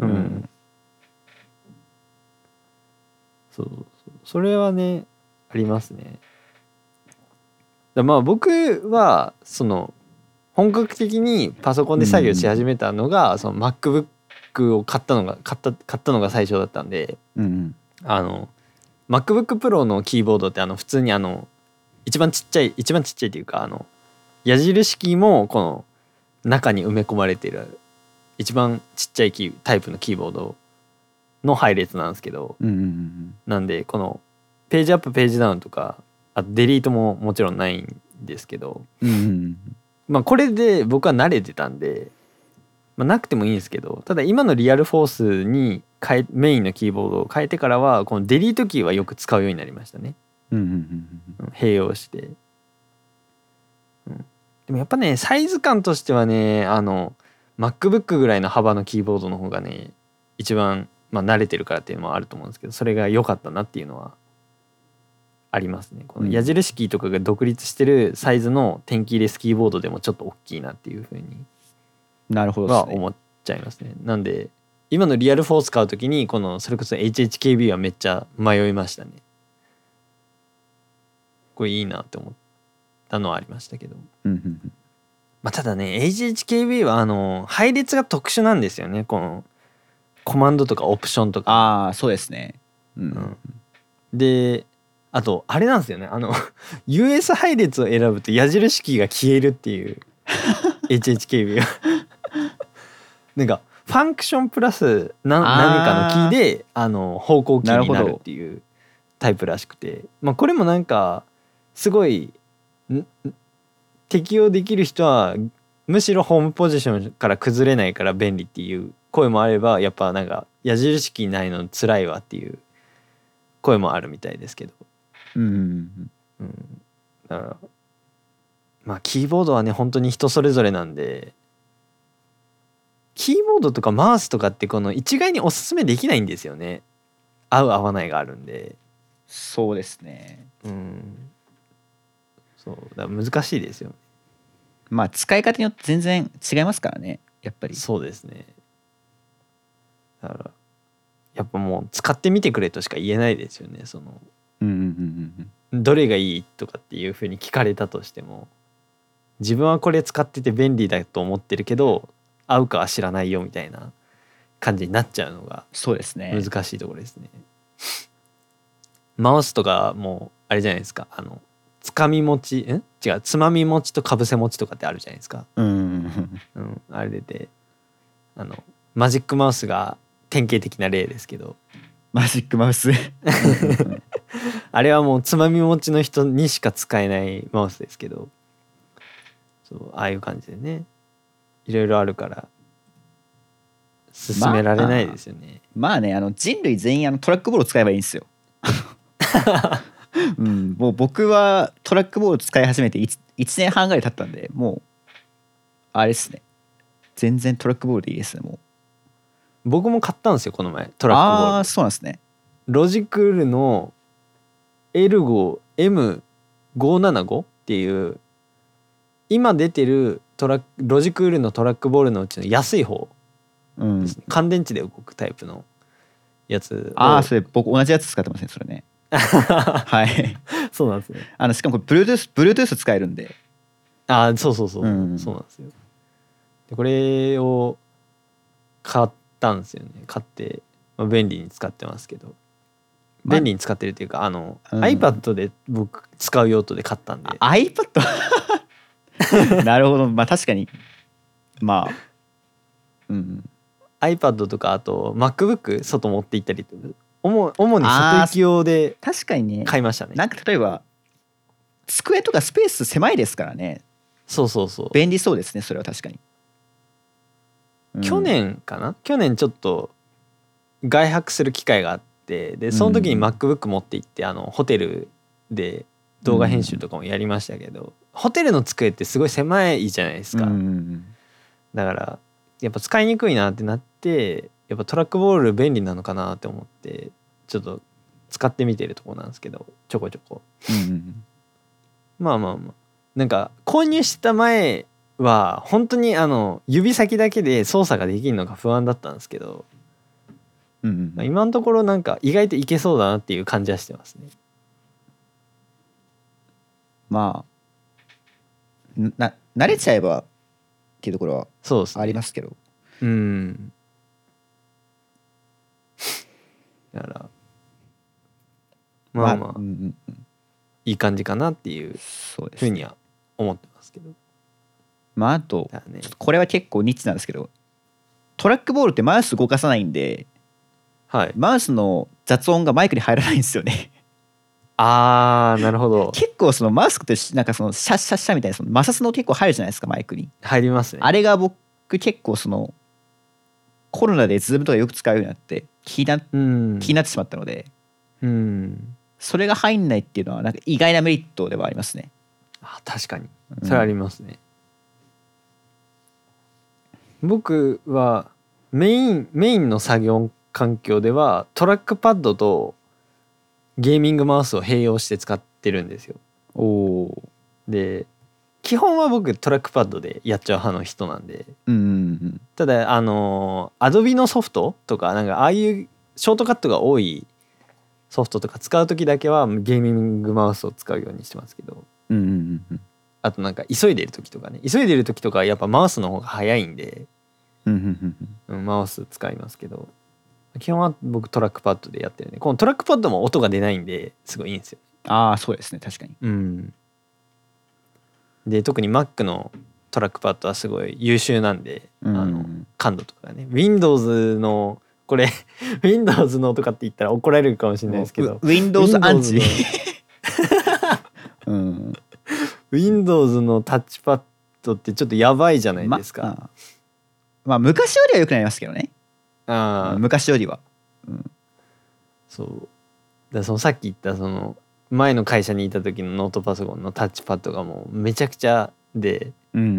それはねありますね。まあ僕はその本格的にパソコンで作業し始めたのが、その MacBook を買ったのが最初だったんで、MacBook Pro のキーボードって普通に一番ちっちゃいっていうか矢印キーもこの中に埋め込まれている一番ちっちゃいタイプのキーボードの配列なんですけど、なんでこのページアップページダウンとかあとデリートももちろんないんですけど、まあこれで僕は慣れてたんで、なくてもいいんですけど、ただ今のリアルフォースにメインのキーボードを変えてからはこのデリートキーはよく使うようになりましたね。併用して、でもやっぱねサイズ感としてはねMacBook ぐらいの幅のキーボードの方がね一番慣れてるからっていうのもあると思うんですけど、それが良かったなっていうのはありますね。この矢印キーとかが独立してるサイズの点キーレスキーボードでもちょっと大きいなっていうふうには思っちゃいますね。なんで今のリアルフォース買うときにこのそれこそ HHKB はめっちゃ迷いましたね。これいいなって思ったのはありましたけど、ただね HHKB は配列が特殊なんですよね。このコマンドとかオプションとか。 そうですね。 であとあれなんですよね、US 配列を選ぶと矢印キーが消えるっていうHHKB がなんかファンクションプラス何かのキーで方向キーになるっていうタイプらしくて、まあこれもなんかすごい適用できる人はむしろホームポジションから崩れないから便利っていう声もあれば、やっぱなんか矢印キーないの辛いわっていう声もあるみたいですけど、だからまあキーボードはね本当に人それぞれなんで、キーボードとかマウスとかってこの一概におすすめできないんですよね。合う合わないがあるんで。 そうですね。 そうだから難しいですよ。 まあ使い方によって全然違いますからね、やっぱり。 そうですね。だからやっぱもう使ってみてくれとしか言えないですよね。そのどれがいいとかっていうふうに聞かれたとしても、自分はこれ使ってて便利だと思ってるけど合うかは知らないよみたいな感じになっちゃうのがそうですね、 難しいところですね。マウスとかもあれじゃないですか、つかみ持ち違うつまみ持ちとかぶせ持ちとかってあるじゃないですか。あれでマジックマウスが典型的な例ですけど、 マジックマウスあれはもうつまみ持ちの人にしか使えないマウスですけど、そうああいう感じでね、いろいろあるから進められないですよね。 まあね、人類全員トラックボールを使えばいいんですよもう僕はトラックボール使い始めて 1年半ぐらい経ったんで、もうあれですね、全然トラックボールでいいですね。もう僕も買ったんですよこの前トラックボール。 ああそうなんですね。 ロジクールの L5M575 っていう今出てるロジクールのトラックボールのうちの安い方ですね、乾電池で動くタイプのやつ。 それ僕同じやつ使ってますね、それねはいそうなんですね。 しかもこれ Bluetooth 使えるんで。 そうそうなんですよ。でこれを買ったんですよね。買って、便利に使ってますけど、便利に使ってるっていうかiPad で僕使う用途で買ったんで。 iPad なるほど。まあ確かにまあ iPad とかあと MacBook 外持って行ったりとか、主に外行き用で確かにね買いましたね。 なんか例えば机とかスペース狭いですからね。 そう便利そうですね、それは確かに。 去年ちょっと外泊する機会があって、でその時に MacBook 持って行ってホテルで動画編集とかもやりましたけど、ホテルの机ってすごい狭いじゃないですか。だからやっぱ使いにくいなってなって、やっぱトラックボール便利なのかなって思ってちょっと使ってみてるところなんですけど、ちょこちょこまあなんか購入した前は本当に指先だけで操作ができるのが不安だったんですけど、今のところなんか意外といけそうだなっていう感じはしてますね。 まあ慣れちゃえばっていうところはありますけど、 だからまあいい感じかなっていうふうには思ってますけど、 あとこれは結構ニッチなんですけど、トラックボールってマウス動かさないんで、マウスの雑音がマイクに入らないんですよねなるほど。 結構そのマウスってなんかそのシャッシャッシャみたいなその摩擦の結構入るじゃないですか、マイクに。 入りますね。 あれが僕結構そのコロナでズームとかよく使うようになって気になってしまったので、それが入んないっていうのはなんか意外なメリットではありますね。 確かにそれありますね。僕はメインの作業環境ではトラックパッドとゲーミングマウスを併用して使ってるんですよ。で基本は僕トラックパッドでやっちゃう派の人なんで、ただAdobe のソフトとかなんかああいうショートカットが多いソフトとか使う時だけはゲーミングマウスを使うようにしてますけど、あとなんか急いでる時とかはやっぱマウスの方が早いんでマウス使いますけど、基本は僕トラックパッドでやってるんで、このトラックパッドも音が出ないんですごいいいんですよ。 ああそうですね確かに。 うん。で特に Mac のトラックパッドはすごい優秀なんで、感度とかね Windows のこれWindows のとかって言ったら怒られるかもしれないですけど Windows アンチ Windows のタッチパッドってちょっとやばいじゃないですか。 まあ昔よりは良くなりますけどね。昔よりは。 そうだ、そのさっき言ったその前の会社にいた時のノートパソコンのタッチパッドがもうめちゃくちゃで、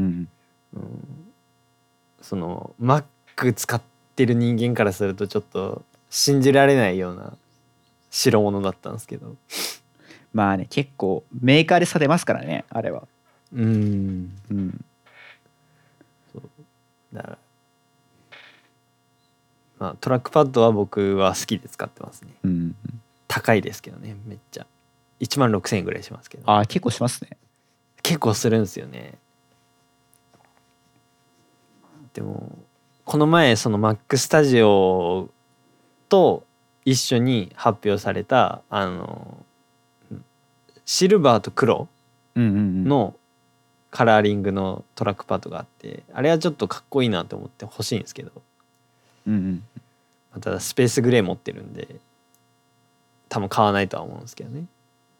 その Mac 使ってる人間からするとちょっと信じられないような代物だったんですけど、 まあね結構メーカーで差出ますからねあれは。 そうだからまあトラックパッドは僕は好きで使ってますね。高いですけどね、めっちゃ16,000円ぐらいしますけど。 結構しますね。 結構するんですよね。でもこの前その Mac スタジオと一緒に発表されたシルバーと黒のカラーリングのトラックパッドがあって、あれはちょっとかっこいいなと思って欲しいんですけど、ただスペースグレー持ってるんで多分買わないとは思うんですけどね。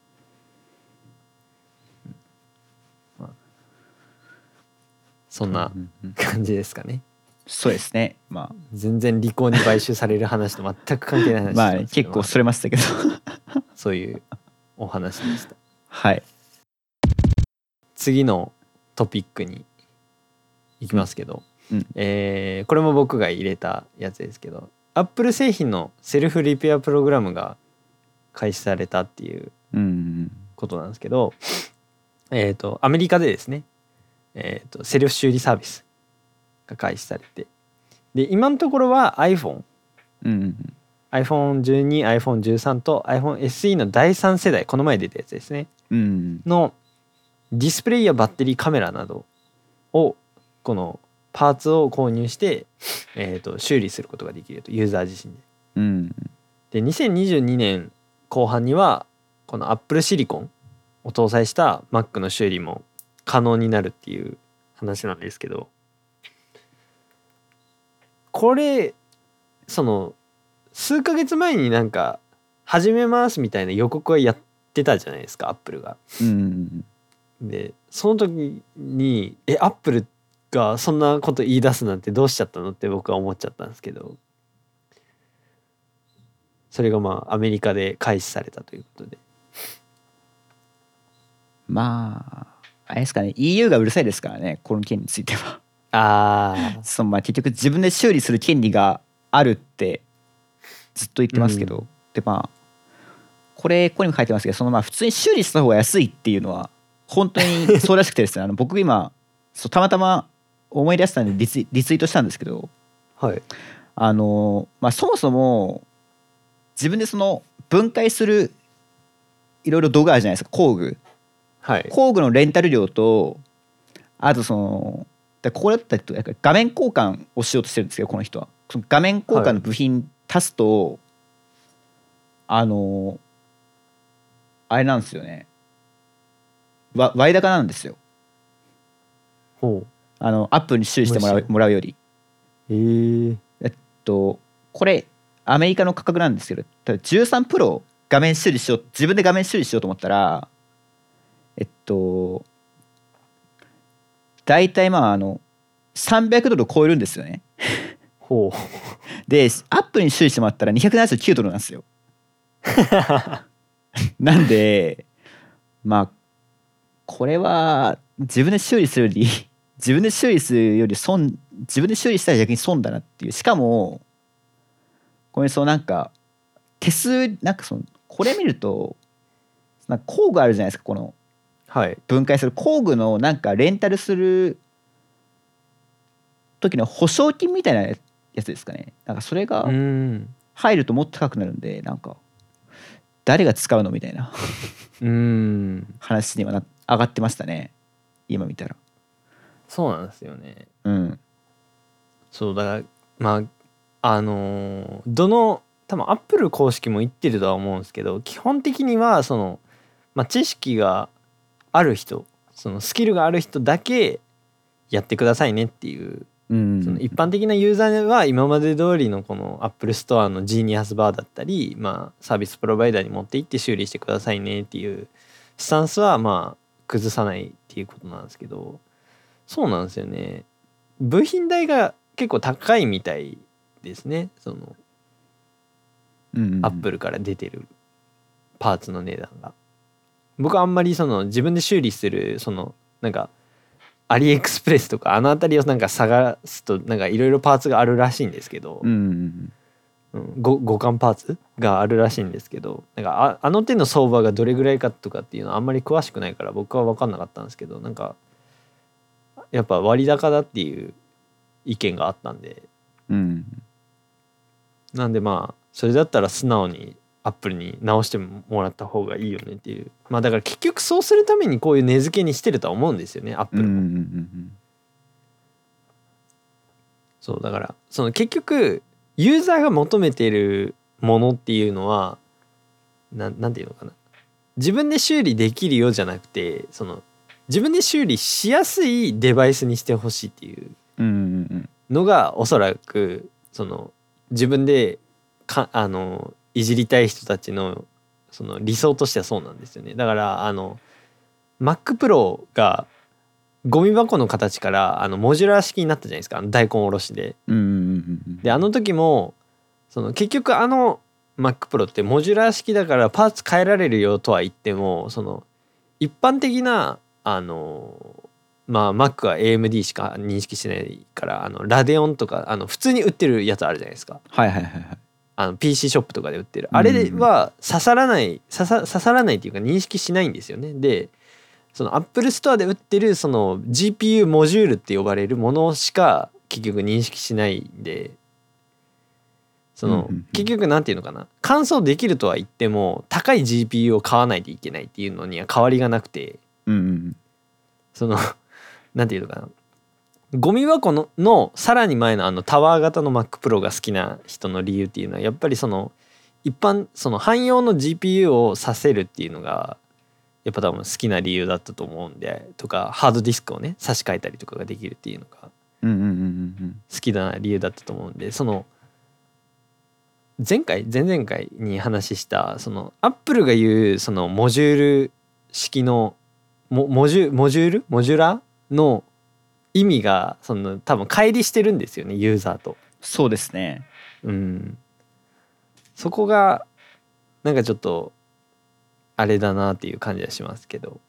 そんな感じですかね。 そうですね。まあ全然利口に買収される話と全く関係ない話まあ結構それましたけどそういうお話でした。 はい。 次のトピックに行きますけど、これも僕が入れたやつですけど、Apple 製品のセルフリペアプログラムが開始されたっていうことなんですけど、アメリカでですね、セルフ修理サービスが開始されて、で今のところは iPhone、iPhone12、iPhone13 と iPhone SE の第3世代、この前出たやつですね、のディスプレイやバッテリー、カメラなどをこのパーツを購入して、修理することができると、ユーザー自身で。で2022年後半にはこの Apple シリコンを搭載した Mac の修理も可能になるっていう話なんですけど、これその数ヶ月前になんか始めますみたいな予告はやってたじゃないですか、Apple が。でその時にApple がそんなこと言い出すなんてどうしちゃったのって僕は思っちゃったんですけど、それがまあアメリカで開始されたということで、 まああれですかね、 EU がうるさいですからね、この件については。まあ結局自分で修理する権利があるってずっと言ってますけど、でまあここにも書いてますけど、まあ普通に修理した方が安いっていうのは本当にそうらしくてですね僕今たまたま思い出したんでリツイートしたんですけど、 はい、 まあそもそも自分で分解するいろいろ道具あるじゃないですか、工具。工具のレンタル料と、あとここだったら画面交換をしようとしてるんですけど、この人はその画面交換の部品足すと、あれなんですよね、割高なんですよ。アップルに修理してもらうより。これアメリカの価格なんですけど、ただ13プロ画面修理しよう、自分で画面修理しようと思ったら大体まあ300ドル超えるんですよねでアップルに修理してもらったら279ドルなんですよなんでまあこれは自分で修理するより自分で修理したら逆に損だなっていう。しかもこれなんか手数なんかこれ見るとなんか工具あるじゃないですか、この分解する工具のなんかレンタルする時の保証金みたいなやつですかね。なんかそれが入るともっと高くなるんで、なんか誰が使うのみたいな話には上がってましたね、今見たら。 そうなんですよね。そうだからまあ多分アップル公式も言ってるとは思うんですけど、基本的には知識がある人、そのスキルがある人だけやってくださいねっていう、その一般的なユーザーは今まで通りのこの Apple Store のジーニアスバーだったり、サービスプロバイダーに持って行って修理してくださいねっていうスタンスは崩さないっていうことなんですけど、そうなんですよね。部品代が結構高いみたいですね。そのアップルから出てるパーツの値段が。僕はあんまりその自分で修理するそのなんかアリエクスプレスとかあの辺りをなんか探すとなんかいろいろパーツがあるらしいんですけど、互換パーツがあるらしいんですけど、なんかあの手の相場がどれぐらいかとかっていうのはあんまり詳しくないから僕は分かんなかったんですけど、なんかやっぱ割高だっていう意見があったんで、なんでそれだったら素直にアップルに直してもらった方がいいよねっていう、だから結局そうするためにこういう値付けにしてるとは思うんですよね、アップルも。そうだからその結局ユーザーが求めているものっていうのはなんていうのかな、自分で修理できるよじゃなくて、その自分で修理しやすいデバイスにしてほしいっていうのがおそらくその自分でいじりたい人たちのその理想としてはそうなんですよね。だからMac Pro がゴミ箱の形からモジュラー式になったじゃないですか、大根おろしで。であの時もその結局Mac Pro ってモジュラー式だからパーツ変えられるよとは言っても、その一般的なMac は AMD しか認識しないからラデオンとか普通に売ってるやつあるじゃないですか。PC ショップとかで売ってるあれは刺さらないっていうか認識しないんですよね。でその Apple Store で売ってるその GPU モジュールって呼ばれるものしか結局認識しないんで、その結局なんていうのかな、乾燥できるとは言っても高い GPU を買わないといけないっていうのには変わりがなくて、そのなんていうのかな、ゴミ箱のさらに前のタワー型の Mac Pro が好きな人の理由っていうのはやっぱりその一般その汎用の GPU をさせるっていうのがやっぱ多分好きな理由だったと思うんで、とかハードディスクをね差し替えたりとかができるっていうのが好きな理由だったと思うんで、その前々回に話したそのアップルが言うそのモジュール式のモジュラーの意味がその多分乖離してるんですよね、ユーザーと。 そうですね。 そこがなんかちょっとあれだなっていう感じはしますけど、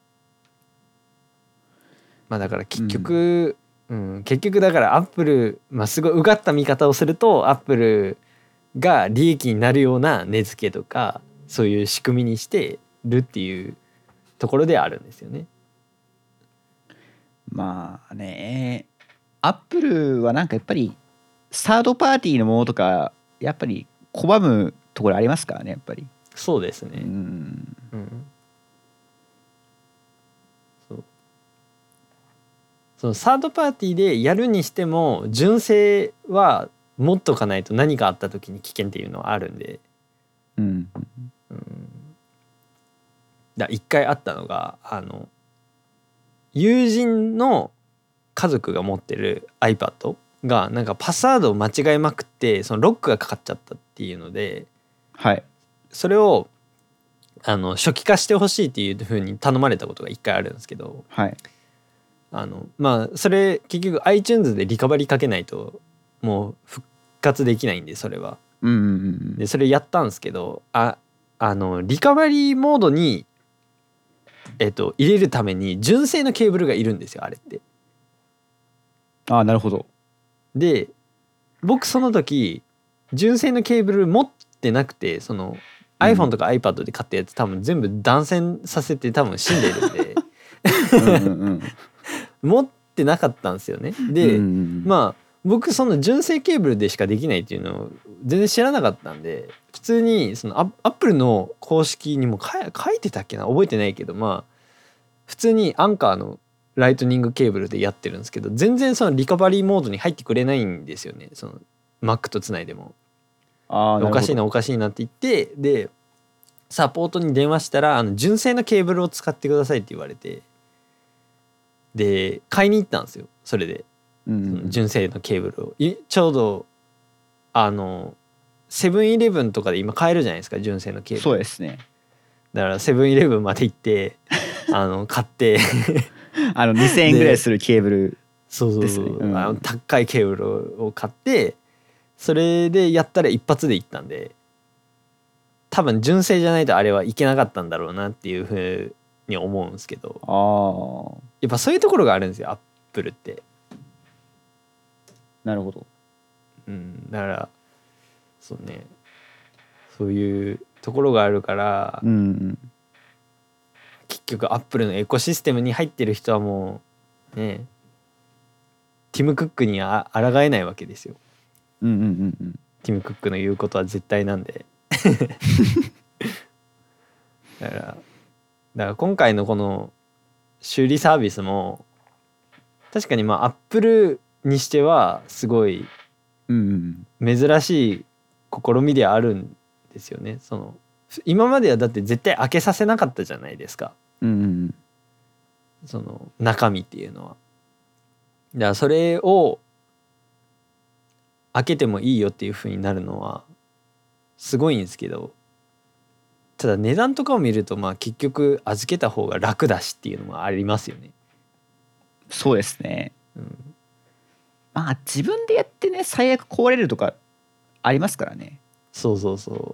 だから結局、だからアップル、すごいうがった見方をするとアップルが利益になるような値付けとかそういう仕組みにしてるっていうところであるんですよね。 アップルはなんかやっぱりサードパーティーのものとかやっぱり拒むところありますからね、やっぱり。 そうですね。そのサードパーティーでやるにしても純正は持っとかないと何かあった時に危険っていうのはあるんで、一回あったのが友人の家族が持ってる iPad がなんかパスワードを間違えまくってそのロックがかかっちゃったっていうので、それを初期化してほしいっていう風に頼まれたことが一回あるんですけど、それ結局 iTunes でリカバリーかけないともう復活できないんで、それは。でそれやったんですけどリカバリーモードに入れるために純正のケーブルがいるんですよ、あれって。 なるほど。 で僕その時純正のケーブル持ってなくて、その iPhone とか iPad で買ったやつ多分全部断線させて多分死んでるんで持ってなかったんですよね。で僕その純正ケーブルでしかできないっていうのを全然知らなかったんで、普通にそのアップルの公式にも書いてたっけな、覚えてないけど普通にアンカーのライトニングケーブルでやってるんですけど、全然そのリカバリーモードに入ってくれないんですよね、その Mac とつないでも。おかしいなって言って、でサポートに電話したら純正のケーブルを使ってくださいって言われて、で買いに行ったんですよ。それで、その純正のケーブルをちょうどセブンイレブンとかで今買えるじゃないですか、純正のケーブル。 そうですね。 だからセブンイレブンまで行って買って 2000円ぐらいするケーブルそうですね。 高いケーブルを買って、それでやったら一発で行ったんで、多分純正じゃないとあれはいけなかったんだろうなっていうふうに思うんですけど、やっぱそういうところがあるんですよ、アップルって。 なるほど。 だからそうね、そういうところがあるから、結局アップルのエコシステムに入ってる人はもうね、ティム・クックに抗えないわけですよ。ティム・クックの言うことは絶対なんでだから今回のこの修理サービスも確かにアップルにしてはすごい珍しい試みではあるんですよね。今まではだって絶対開けさせなかったじゃないですか、その中身っていうのは。だからそれを開けてもいいよっていう風になるのはすごいんですけど、ただ値段とかを見ると結局預けた方が楽だしっていうのもありますよね。 そうですね。自分でやってね、最悪壊れるとかありますからね。 そうそうそう、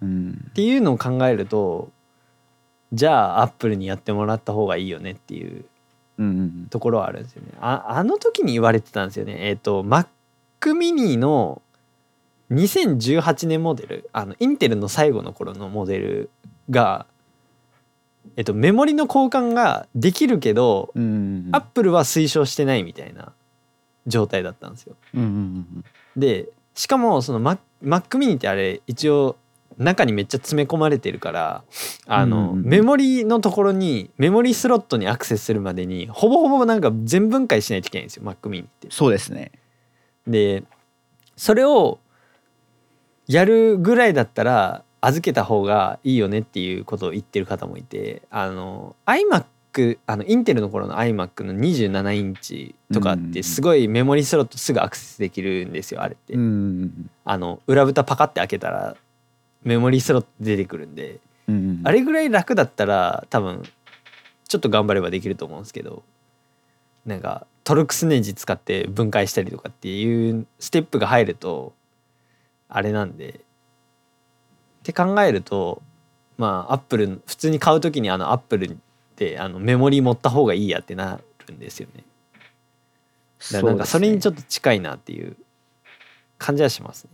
っていうのを考えると、じゃあアップルにやってもらった方がいいよねっていうところはあるんですよね。あの時に言われてたんですよね。Mac mini の2018年モデル、インテルの最後の頃のモデルが、メモリの交換ができるけど、アップルは推奨してないみたいな状態だったんですよ。でしかもその Mac mini ってあれ一応中にめっちゃ詰め込まれてるから、メモリのところにメモリスロットにアクセスするまでにほぼほぼなんか全分解しないといけないんですよ、 Mac mini って。 そうですね。でそれをやるぐらいだったら預けた方がいいよねっていうことを言ってる方もいて、iMac インテルの頃の iMac の27インチとかってすごいメモリスロットすぐアクセスできるんですよ、あれって。裏蓋パカって開けたらメモリスロット出てくるんで、あれぐらい楽だったら多分ちょっと頑張ればできると思うんですけど、なんかトルクスネジ使って分解したりとかっていうステップが入るとあれなんで、って考えるとアップル普通に買う時にアップルでメモリ持った方がいいやってなるんですよね。だからなんかそれにちょっと近いなっていう感じはしますね。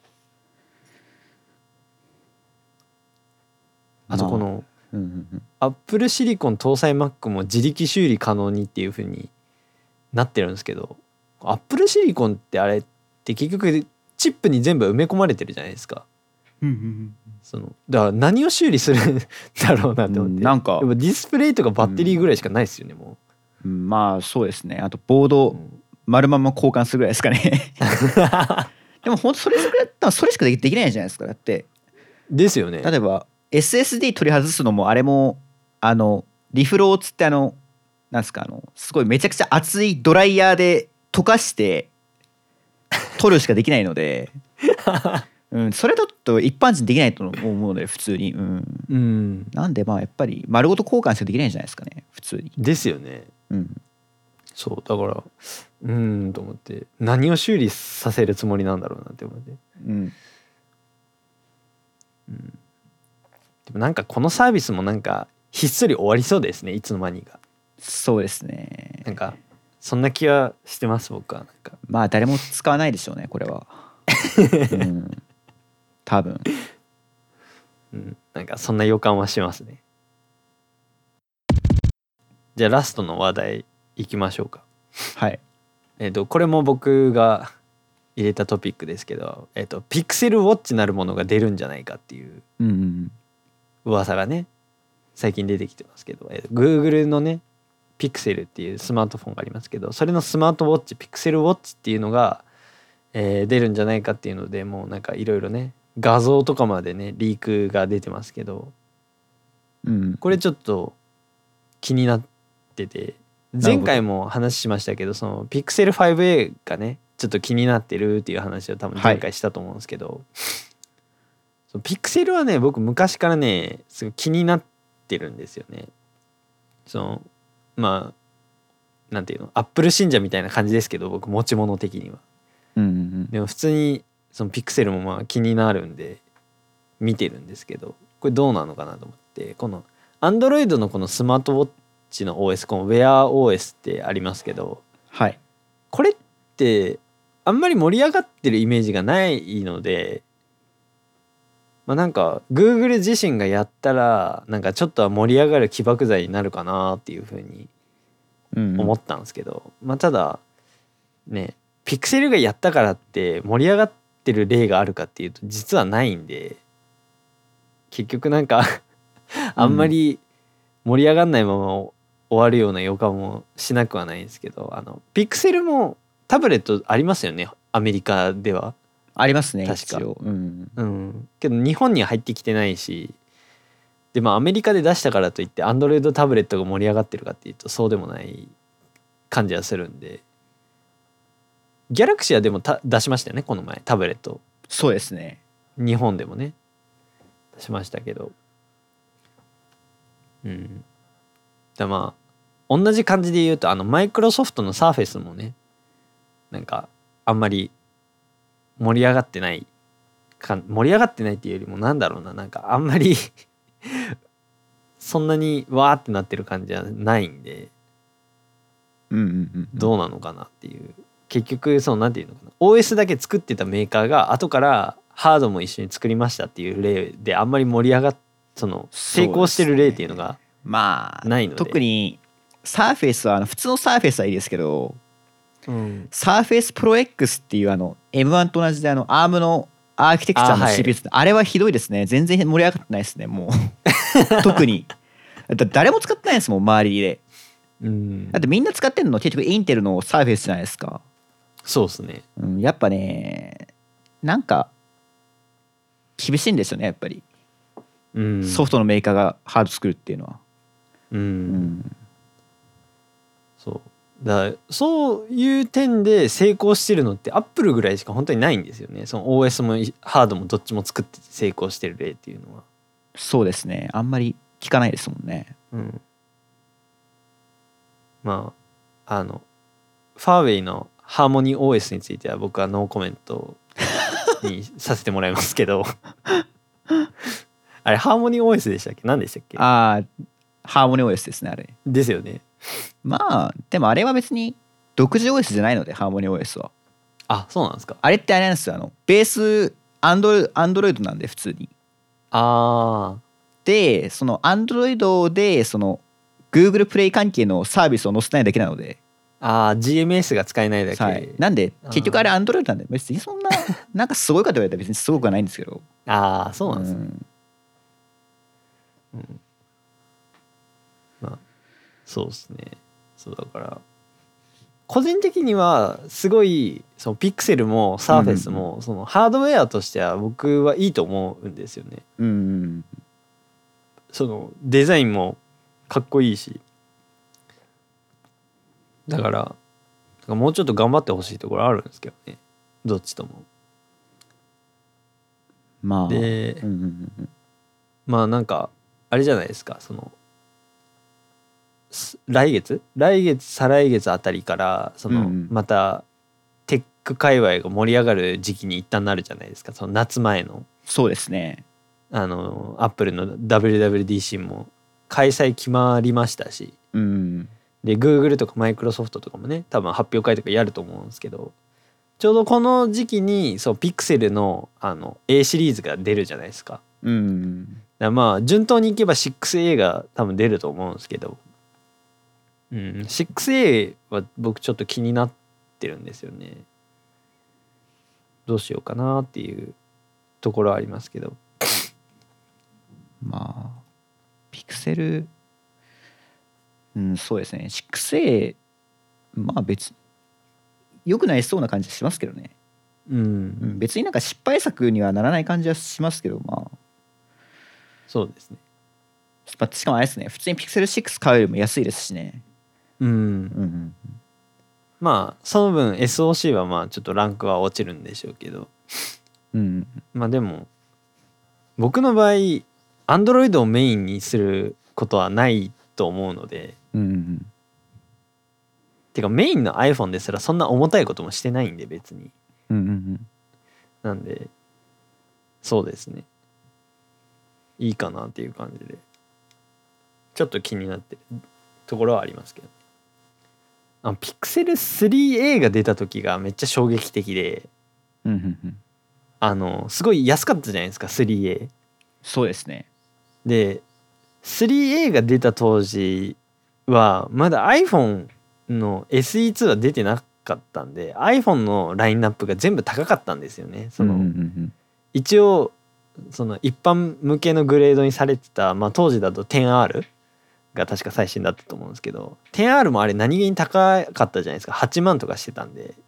あとこのアップルシリコン搭載 Mac も自力修理可能にっていう風になってるんですけど、アップルシリコンってあれって結局チップに全部埋め込まれてるじゃないですか。だから何を修理するんだろうなって思って、なんかでもディスプレイとかバッテリーぐらいしかないですよね、もう。そうですね。あとボード丸まんま交換するぐらいですかねでも本当それしかできないじゃないですか。だってですよね。 例えば SSD 取り外すのもあれもリフローつってなんですかすごいめちゃくちゃ熱いドライヤーで溶かして取るしかできないのでそれだと一般人できないと思うので普通に、なんでやっぱり丸ごと交換しかできないんじゃないですかね普通に。 ですよね。そうだからと思って何を修理させるつもりなんだろうなって思って、でもなんかこのサービスもなんかひっそり終わりそうですね、いつの間にか。 そうですね。 なんかそんな気はしてます僕は。なんか誰も使わないでしょうねこれは多分なんかそんな予感はしますね。じゃあラストの話題いきましょうか。 はい。 これも僕が入れたトピックですけど、ピクセルウォッチなるものが出るんじゃないかっていう噂がね最近出てきてますけど、Google のねピクセルっていうスマートフォンがありますけど、それのスマートウォッチピクセルウォッチっていうのが、出るんじゃないかっていうので、もうなんかいろいろね画像とかまでねリークが出てますけど、これちょっと気になってて、前回も話しましたけど、その Pixel 5a がねちょっと気になってるっていう話を多分前回したと思うんですけど、その Pixel はね僕昔からねすごい気になってるんですよね。そのまあなんていうの、アップル信者みたいな感じですけど僕持ち物的には、でも普通にその Pixel もまあ気になるんで見てるんですけど、これどうなのかなと思って、この Android のこのスマートウォッチの OS、 この WearOS ってありますけど、これってあんまり盛り上がってるイメージがないので、まあなんか Google 自身がやったらなんかちょっとは盛り上がる起爆剤になるかなっていうふうに思ったんですけど、まあただねピクセルがやったからって盛り上がってる例があるかっていうと実はないんで、結局なんかあんまり盛り上がんないまま終わるような予感もしなくはないんですけど、ピクセルもタブレットありますよね、アメリカでは。 ありますね確か。 うんけど日本には入ってきてないし、でまあアメリカで出したからといってアンドロイドタブレットが盛り上がってるかっていうとそうでもない感じはするんで、ギャラクシーはでも出しましたよねこの前タブレット。 そうですね、 日本でもね出しましたけど、まあ同じ感じで言うとマイクロソフトのサーフェスもねなんかあんまり盛り上がってないっていうよりもなんだろうな、なんかあんまりそんなにわーってなってる感じはないんで、どうなのかなっていう。結局そのなんていうのかな、 OS だけ作ってたメーカーが後からハードも一緒に作りましたっていう例であんまり盛り上がっその成功してる例っていうのがないので、 特にサーフェスは普通のサーフェスはいいですけど、サーフェスプロ X っていうM1 と同じでARM のアーキテクチャの CPU あれはひどいですね。全然盛り上がってないですねもう特に誰も使ってないですもん周りで。だってみんな使ってるの結局インテルのサーフェスじゃないですか。 そうですね、 やっぱねなんか厳しいんですよねやっぱり、ソフトのメーカーがハード作るっていうのは。 そうだからそういう点で成功してるのってアップルぐらいしか本当にないんですよね。その OS もハードもどっちも作って成功してる例っていうのは。 そうですね、あんまり聞かないですもんね。 まあファーウェイのハーモニー OS については僕はノーコメントにさせてもらいますけどあれハーモニー OS でしたっけ、何でしたっけ。 ハーモニー OS ですねあれ。 ですよね。 まあでもあれは別に独自 OS じゃないので、ハーモニー OS は。 あ、そうなんですか。 あれってあれなんですよ、ベースアンドロイドなんで普通に。でそのアンドロイドでその Google プレイ関係のサービスを載せないだけなので。 GMS が使えないだけ、 なんで結局あれアンドロイドなんで別にそんななんかすごいかと言われたら別にすごくはないんですけど。 そうなんですね。まあそうですね。そうだから個人的にはすごいそのピクセルもサーフェスもそのハードウェアとしては僕はいいと思うんですよね。そのデザインもかっこいいし、だからもうちょっと頑張ってほしいところあるんですけどね、どっちとも。で、まあなんかあれじゃないですか、その来月再来月あたりからそのまたテック界隈が盛り上がる時期に一旦なるじゃないですか、その夏前の。 そうですね。 アップルの WWDC も開催決まりましたし、で Google とか Microsoft とかもね多分発表会とかやると思うんですけど、ちょうどこの時期にそうピクセルのA シリーズが出るじゃないですか。まあ順当にいけば 6A が多分出ると思うんですけど、6A は僕ちょっと気になってるんですよね。どうしようかなっていうところはありますけど。 まあピクセルそうですね 6A まあ別に良くなりそうな感じしますけどね。 うん、 別になんか失敗作にはならない感じはしますけど、まあそうですね。 しかもあれですね、普通に Pixel 6買うよりも安いですしね。 うん、 うんうんまあその分 SOC はまあちょっとランクは落ちるんでしょうけど、 うんまあでも僕の場合 Android をメインにすることはないと思うので、 うんてかメインの iPhone ですらそんな重たいこともしてないんで別に。 うんうんなんでそうですね、いいかなっていう感じでちょっと気になってるところはありますけど、Pixel 3a が出た時がめっちゃ衝撃的で、 うんうんすごい安かったじゃないですか 3a そうですね。 で 3a が出た当時はまだ iPhone の SE2 は出てなかったんで iPhone のラインナップが全部高かったんですよね。一応その一般向けのグレードにされてた、まあ、当時だと 10R が確か最新だったと思うんですけど 10R もあれ何気に高かったじゃないですか。8万とかしてたんで、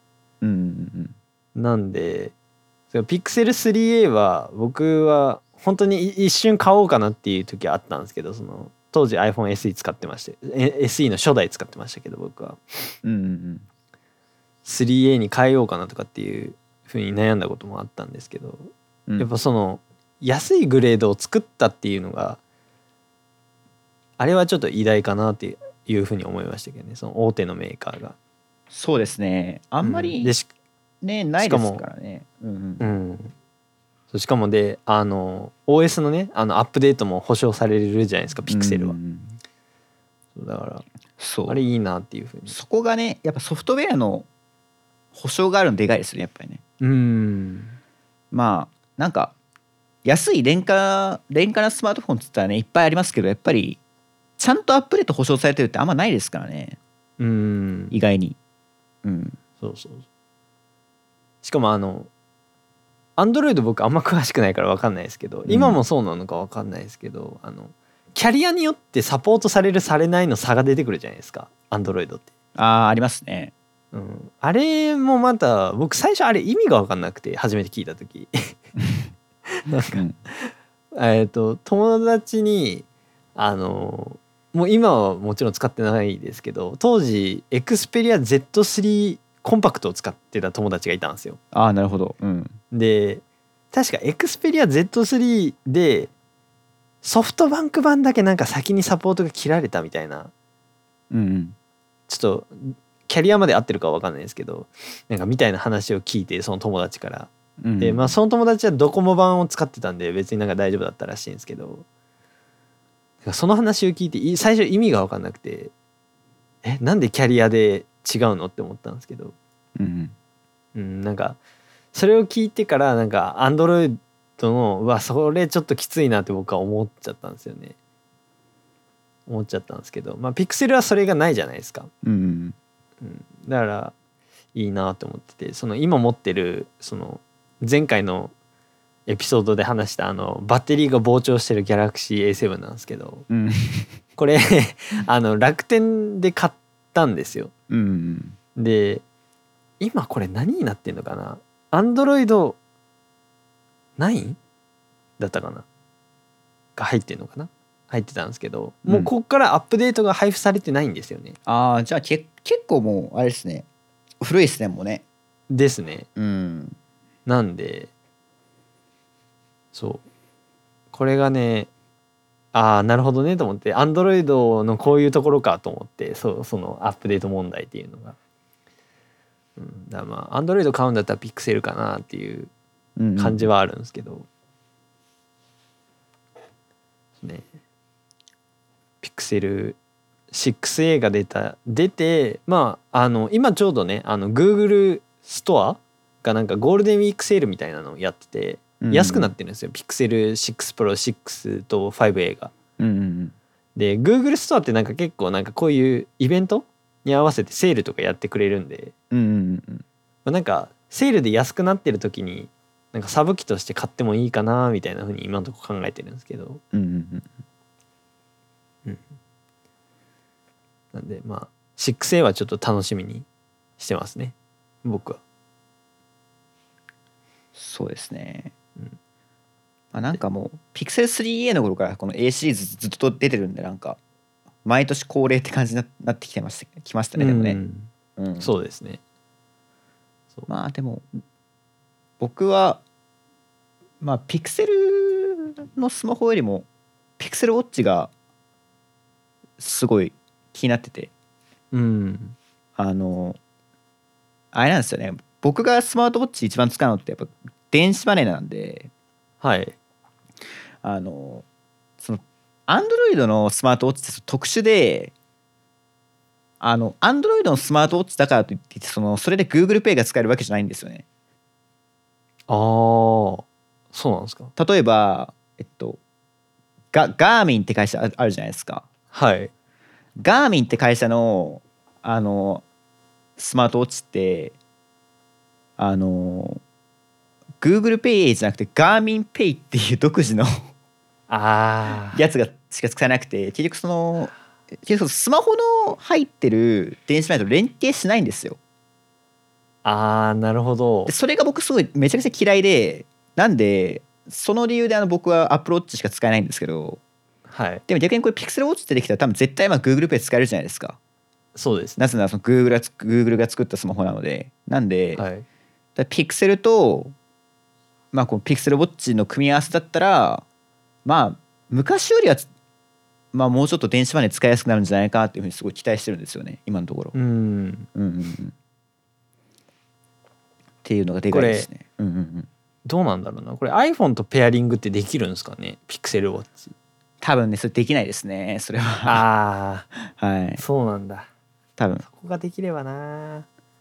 なんでPixel 3a は僕は本当に一瞬買おうかなっていう時はあったんですけど、その当時 iPhone SE 使ってまして SE の初代使ってましたけど僕は 3a に変えようかなとかっていうふうに悩んだこともあったんですけど、やっぱその安いグレードを作ったっていうのがあれはちょっと偉大かなっていうふうに思いましたけどね、その大手のメーカーが。 そうですね、あんまり、ね、ないですからね。 しかもでOS のねアップデートも保証されるじゃないですかピクセルは。そうだからあれいいなっていうふうに。 そこがねやっぱソフトウェアの保証があるのでかいですねやっぱりね。まあなんか安い廉価なスマートフォンっつったらねいっぱいありますけど、やっぱりちゃんとアップデート保証されてるってあんまないですからね。意外に。 そうそう。しかもアンドロイド僕あんま詳しくないから分かんないですけど、今もそうなのか分かんないですけどキャリアによってサポートされるされないの差が出てくるじゃないですかアンドロイドって。 ありますね。 あれもまた僕最初あれ意味が分かんなくて初めて聞いた時なんか、友達にもう今はもちろん使ってないですけど当時エクスペリア Z3 コンパクトを使ってた友達がいたんですよ。 なるほど。 で確かエクスペリア Z3 でソフトバンク版だけなんか先にサポートが切られたみたいな、ちょっとキャリアまで合ってるかは分かんないですけどなんかみたいな話を聞いてその友達から、でまあその友達はドコモ版を使ってたんで別になんか大丈夫だったらしいんですけど、その話を聞いて最初意味が分かんなくてなんでキャリアで違うのって思ったんですけど、なんかそれを聞いてからなんかアンドロイドのそれちょっときついなって僕は思っちゃったんですよね。思っちゃったんですけど、まあピクセルはそれがないじゃないですか。だからいいなと思ってて、その今持ってるその前回のエピソードで話したバッテリーが膨張してるギャラクシー A7 なんですけど、これ楽天で買ったんですよ。で今これ何になってんのかな、アンドロイド9だったかなが入ってんのかな、入ってたんですけど、もうこっからアップデートが配布されてないんですよね。 じゃあ結構もうあれですね、古いですねもうね。 ですね。なんでそうこれがねなるほどねと思って、アンドロイドのこういうところかと思って、そのアップデート問題っていうのが、だからまあアンドロイド買うんだったらピクセルかなっていう感じはあるんですけど、ね、ピクセル 6a が出てまあ今ちょうどねGoogle ストアがなんかゴールデンウィークセールみたいなのをやってて、安くなってるんですよ、ピクセル6 Pro 6と 5a が。で Google ストアってなんか結構なんかこういうイベントに合わせてセールとかやってくれるんで、なんかセールで安くなってる時になんかサブ機として買ってもいいかなみたいな風に今のところ考えてるんですけど、なんでまあ 6A はちょっと楽しみにしてますね僕は。 そうですね、 うんまあ、なんかもうピクセル 3A の頃からこの A シリーズずっと出てるんで、なんか毎年恒例って感じになってきましたね、でもね、うん、 そうですね。 まあでも僕はまあピクセルのスマホよりもピクセルウォッチがすごい気になってて、 うん、 あれなんですよね、僕がスマートウォッチ一番使うのってやっぱ電子マネーなんで、 はい。 そのアンドロイドのスマートウォッチって特殊で、アンドロイドのスマートウォッチだからといってそれで Google Pay が使えるわけじゃないんですよね。 ああ、そうなんですか。 例えばガーミンって会社あるじゃないですか。 はい。 ガーミンって会社のスマートウォッチってGoogle Pay じゃなくてガーミン Pay っていう独自のやつがしか使えなくて、結局スマホの入ってる電子マネーと連携しないんですよ。 ああ、なるほど。 でそれが僕すごいめちゃくちゃ嫌いで、なんでその理由で僕は Apple Watch しか使えないんですけど、 はい。 でも逆にこれ Pixel Watch ってできたら多分絶対Google Pay 使えるじゃないですか。 そうですね。 なぜならGoogle が作ったスマホなので。なんで、 はい、 ピクセルと、まあ、このピクセルウォッチの組み合わせだったら、まあ昔よりはまあもうちょっと電子マネー使いやすくなるんじゃないかっていうふうにすごい期待してるんですよね、今のところ。っていうのがでかいですね。 どうなんだろうな、これ iPhone とペアリングってできるんですかね、ピクセルウォッチ。 多分ねそれできないですね、それは。 ああはい、 そうなんだ。 多分そこができればな。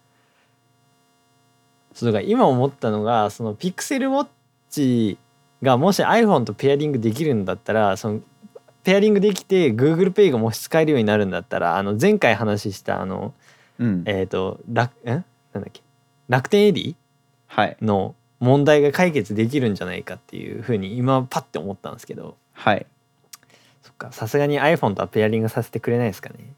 そうだから今思ったのが、そのピクセルウォッチがもし iPhone とペアリングできるんだったら、そのペアリングできて Google Pay がもし使えるようになるんだったら、前回話したなんだっけ、楽天エディの問題が解決できるんじゃないかっていうふうに今パッて思ったんですけど、 はい、 そっか、さすがに iPhone とはペアリングさせてくれないですかね。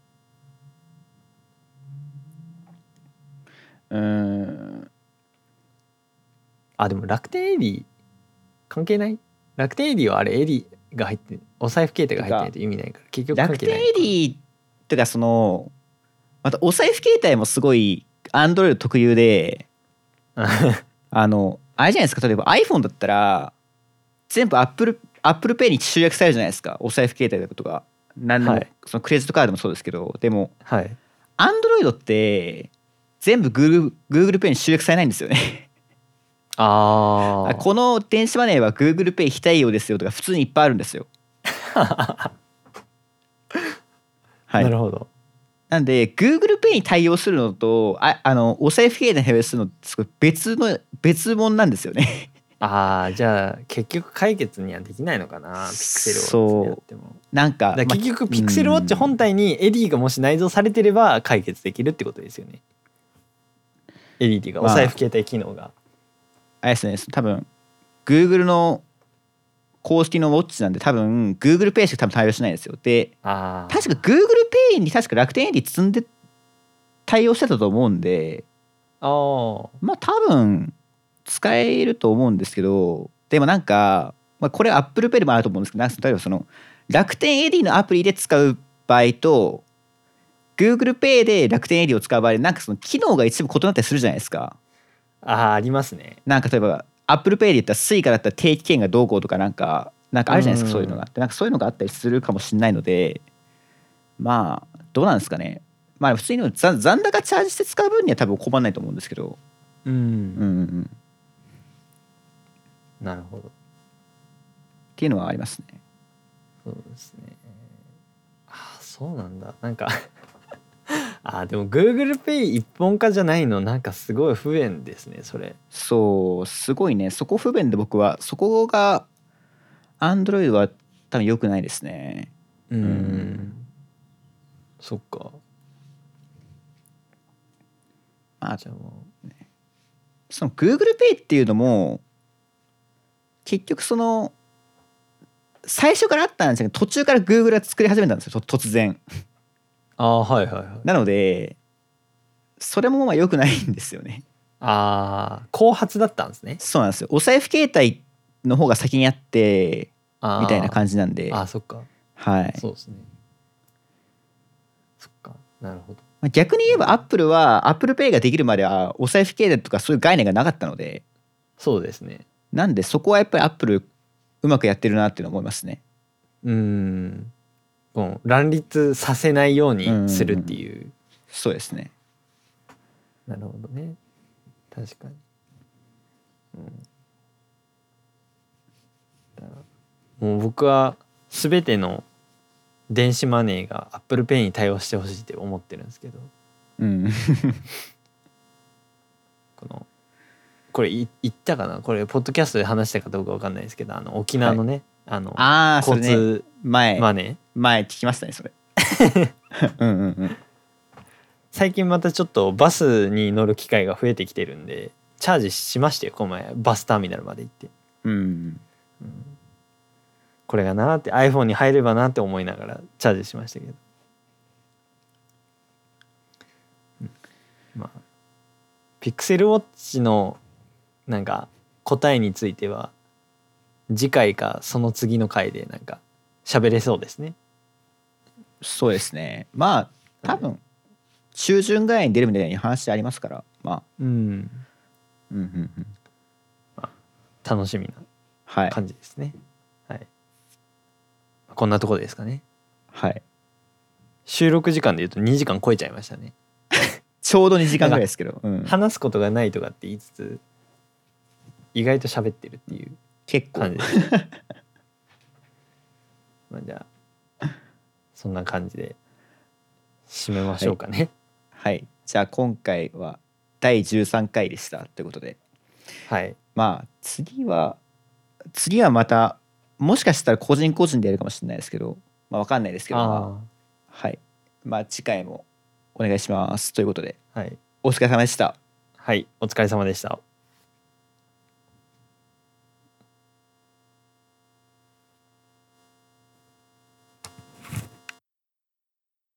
でも楽天エディ関係ない。楽天エディはあれエディが入ってお財布携帯が入ってないと意味ないから結局関係ない。 楽天エディってかまたお財布携帯もすごい Android 特有であれじゃないですか、例えば iPhone だったら全部 Apple Pay に集約されるじゃないですか、お財布携帯とか何でも、そのクレジットカードもそうですけど、でも、Android って全部 Google Pay に集約されないんですよね。この電子マネーは Google Pay 非対応ですよとか普通にいっぱいあるんですよ。 はい、なるほど。 なんで Google Pay に対応するのとお財布携帯に対応するのってすごい別物なんですよね。 じゃあ結局解決にはできないのかな、ピクセルウォッチでやっても。なんか結局ピクセルウォッチ本体にエディがもし内蔵されてれば解決できるってことですよね。エディっていうかお財布携帯機能が。 あれですね、多分 Google の公式のウォッチなんで多分 Google Pay しか多分対応しないんですよ。で、確か Google Pay に確か楽天エディ積んで対応してたと思うんで、まあ多分使えると思うんですけど、でもなんか、これは Apple Pay でもあると思うんですけど、例えばその楽天エディのアプリで使う場合と Google Pay で楽天エディを使う場合でなんかその機能が一部異なったりするじゃないですか。ありますね。なんか例えば Apple Pay で言ったら Suica だったら定期券がどうこうとかなんかあるじゃないですか、そういうのが。なんかそういうのがあったりするかもしれないので、まあどうなんですかね。まあ普通に残高チャージして使う分には多分困らないと思うんですけど。なるほど。っていうのはありますね。 そうですね。そうなんだ。なんかでも Google Pay 一本化じゃないのなんかすごい不便ですね、それ。 そうすごいね、そこ不便で僕はそこが Android は多分良くないですね。 そっか。 じゃあもうね、その Google Pay っていうのも結局最初からあったんですけど途中から Google が作り始めたんですよ、突然。なのでそれも良くないんですよね。 後発だったんですね。 そうなんですよ。お財布携帯の方が先にあってみたいな感じなんで。 そっか。 はい。 そうですね。そっか、なるほど。 逆に言えばアップルはアップルペイができるまではお財布携帯とかそういう概念がなかったので。 そうですね。 なんでそこはやっぱりアップルうまくやってるなっていうの思いますね。 乱立させないようにするっていう。 そうですね。 なるほどね。確かに。もう僕は全ての電子マネーが Apple Pay に対応してほしいって思ってるんですけど、これ言ったかな、これポッドキャストで話したかどうか分かんないですけど、沖縄のね、交通マネー前聞きましたねそれ。 最近またちょっとバスに乗る機会が増えてきてるんでチャージしましたよ、この前バスターミナルまで行って。これがなって iPhone に入ればなって思いながらチャージしましたけど、まあピクセルウォッチのなんか答えについては次回かその次の回でなんか喋れそうですね。 そうですね。まあ多分中旬ぐらいに出るみたいな話ありますから、まあ楽しみな感じですね。はい。こんなところですかね。 はい。 収録時間でいうと2時間超えちゃいましたね。 ちょうど2時間ぐらいですけど、 話すことがないとかって言いつつ意外と喋ってるっていう感じです。まあじゃあそんな感じで締めましょうかね。 はい、じゃあ今回は第13回でしたということで、 はい、 まあ次はまたもしかしたら個人個人でやるかもしれないですけど、まあ分かんないですけど、はい、まあ次回もお願いしますということで、はい、お疲れ様でした。 はい、お疲れ様でした。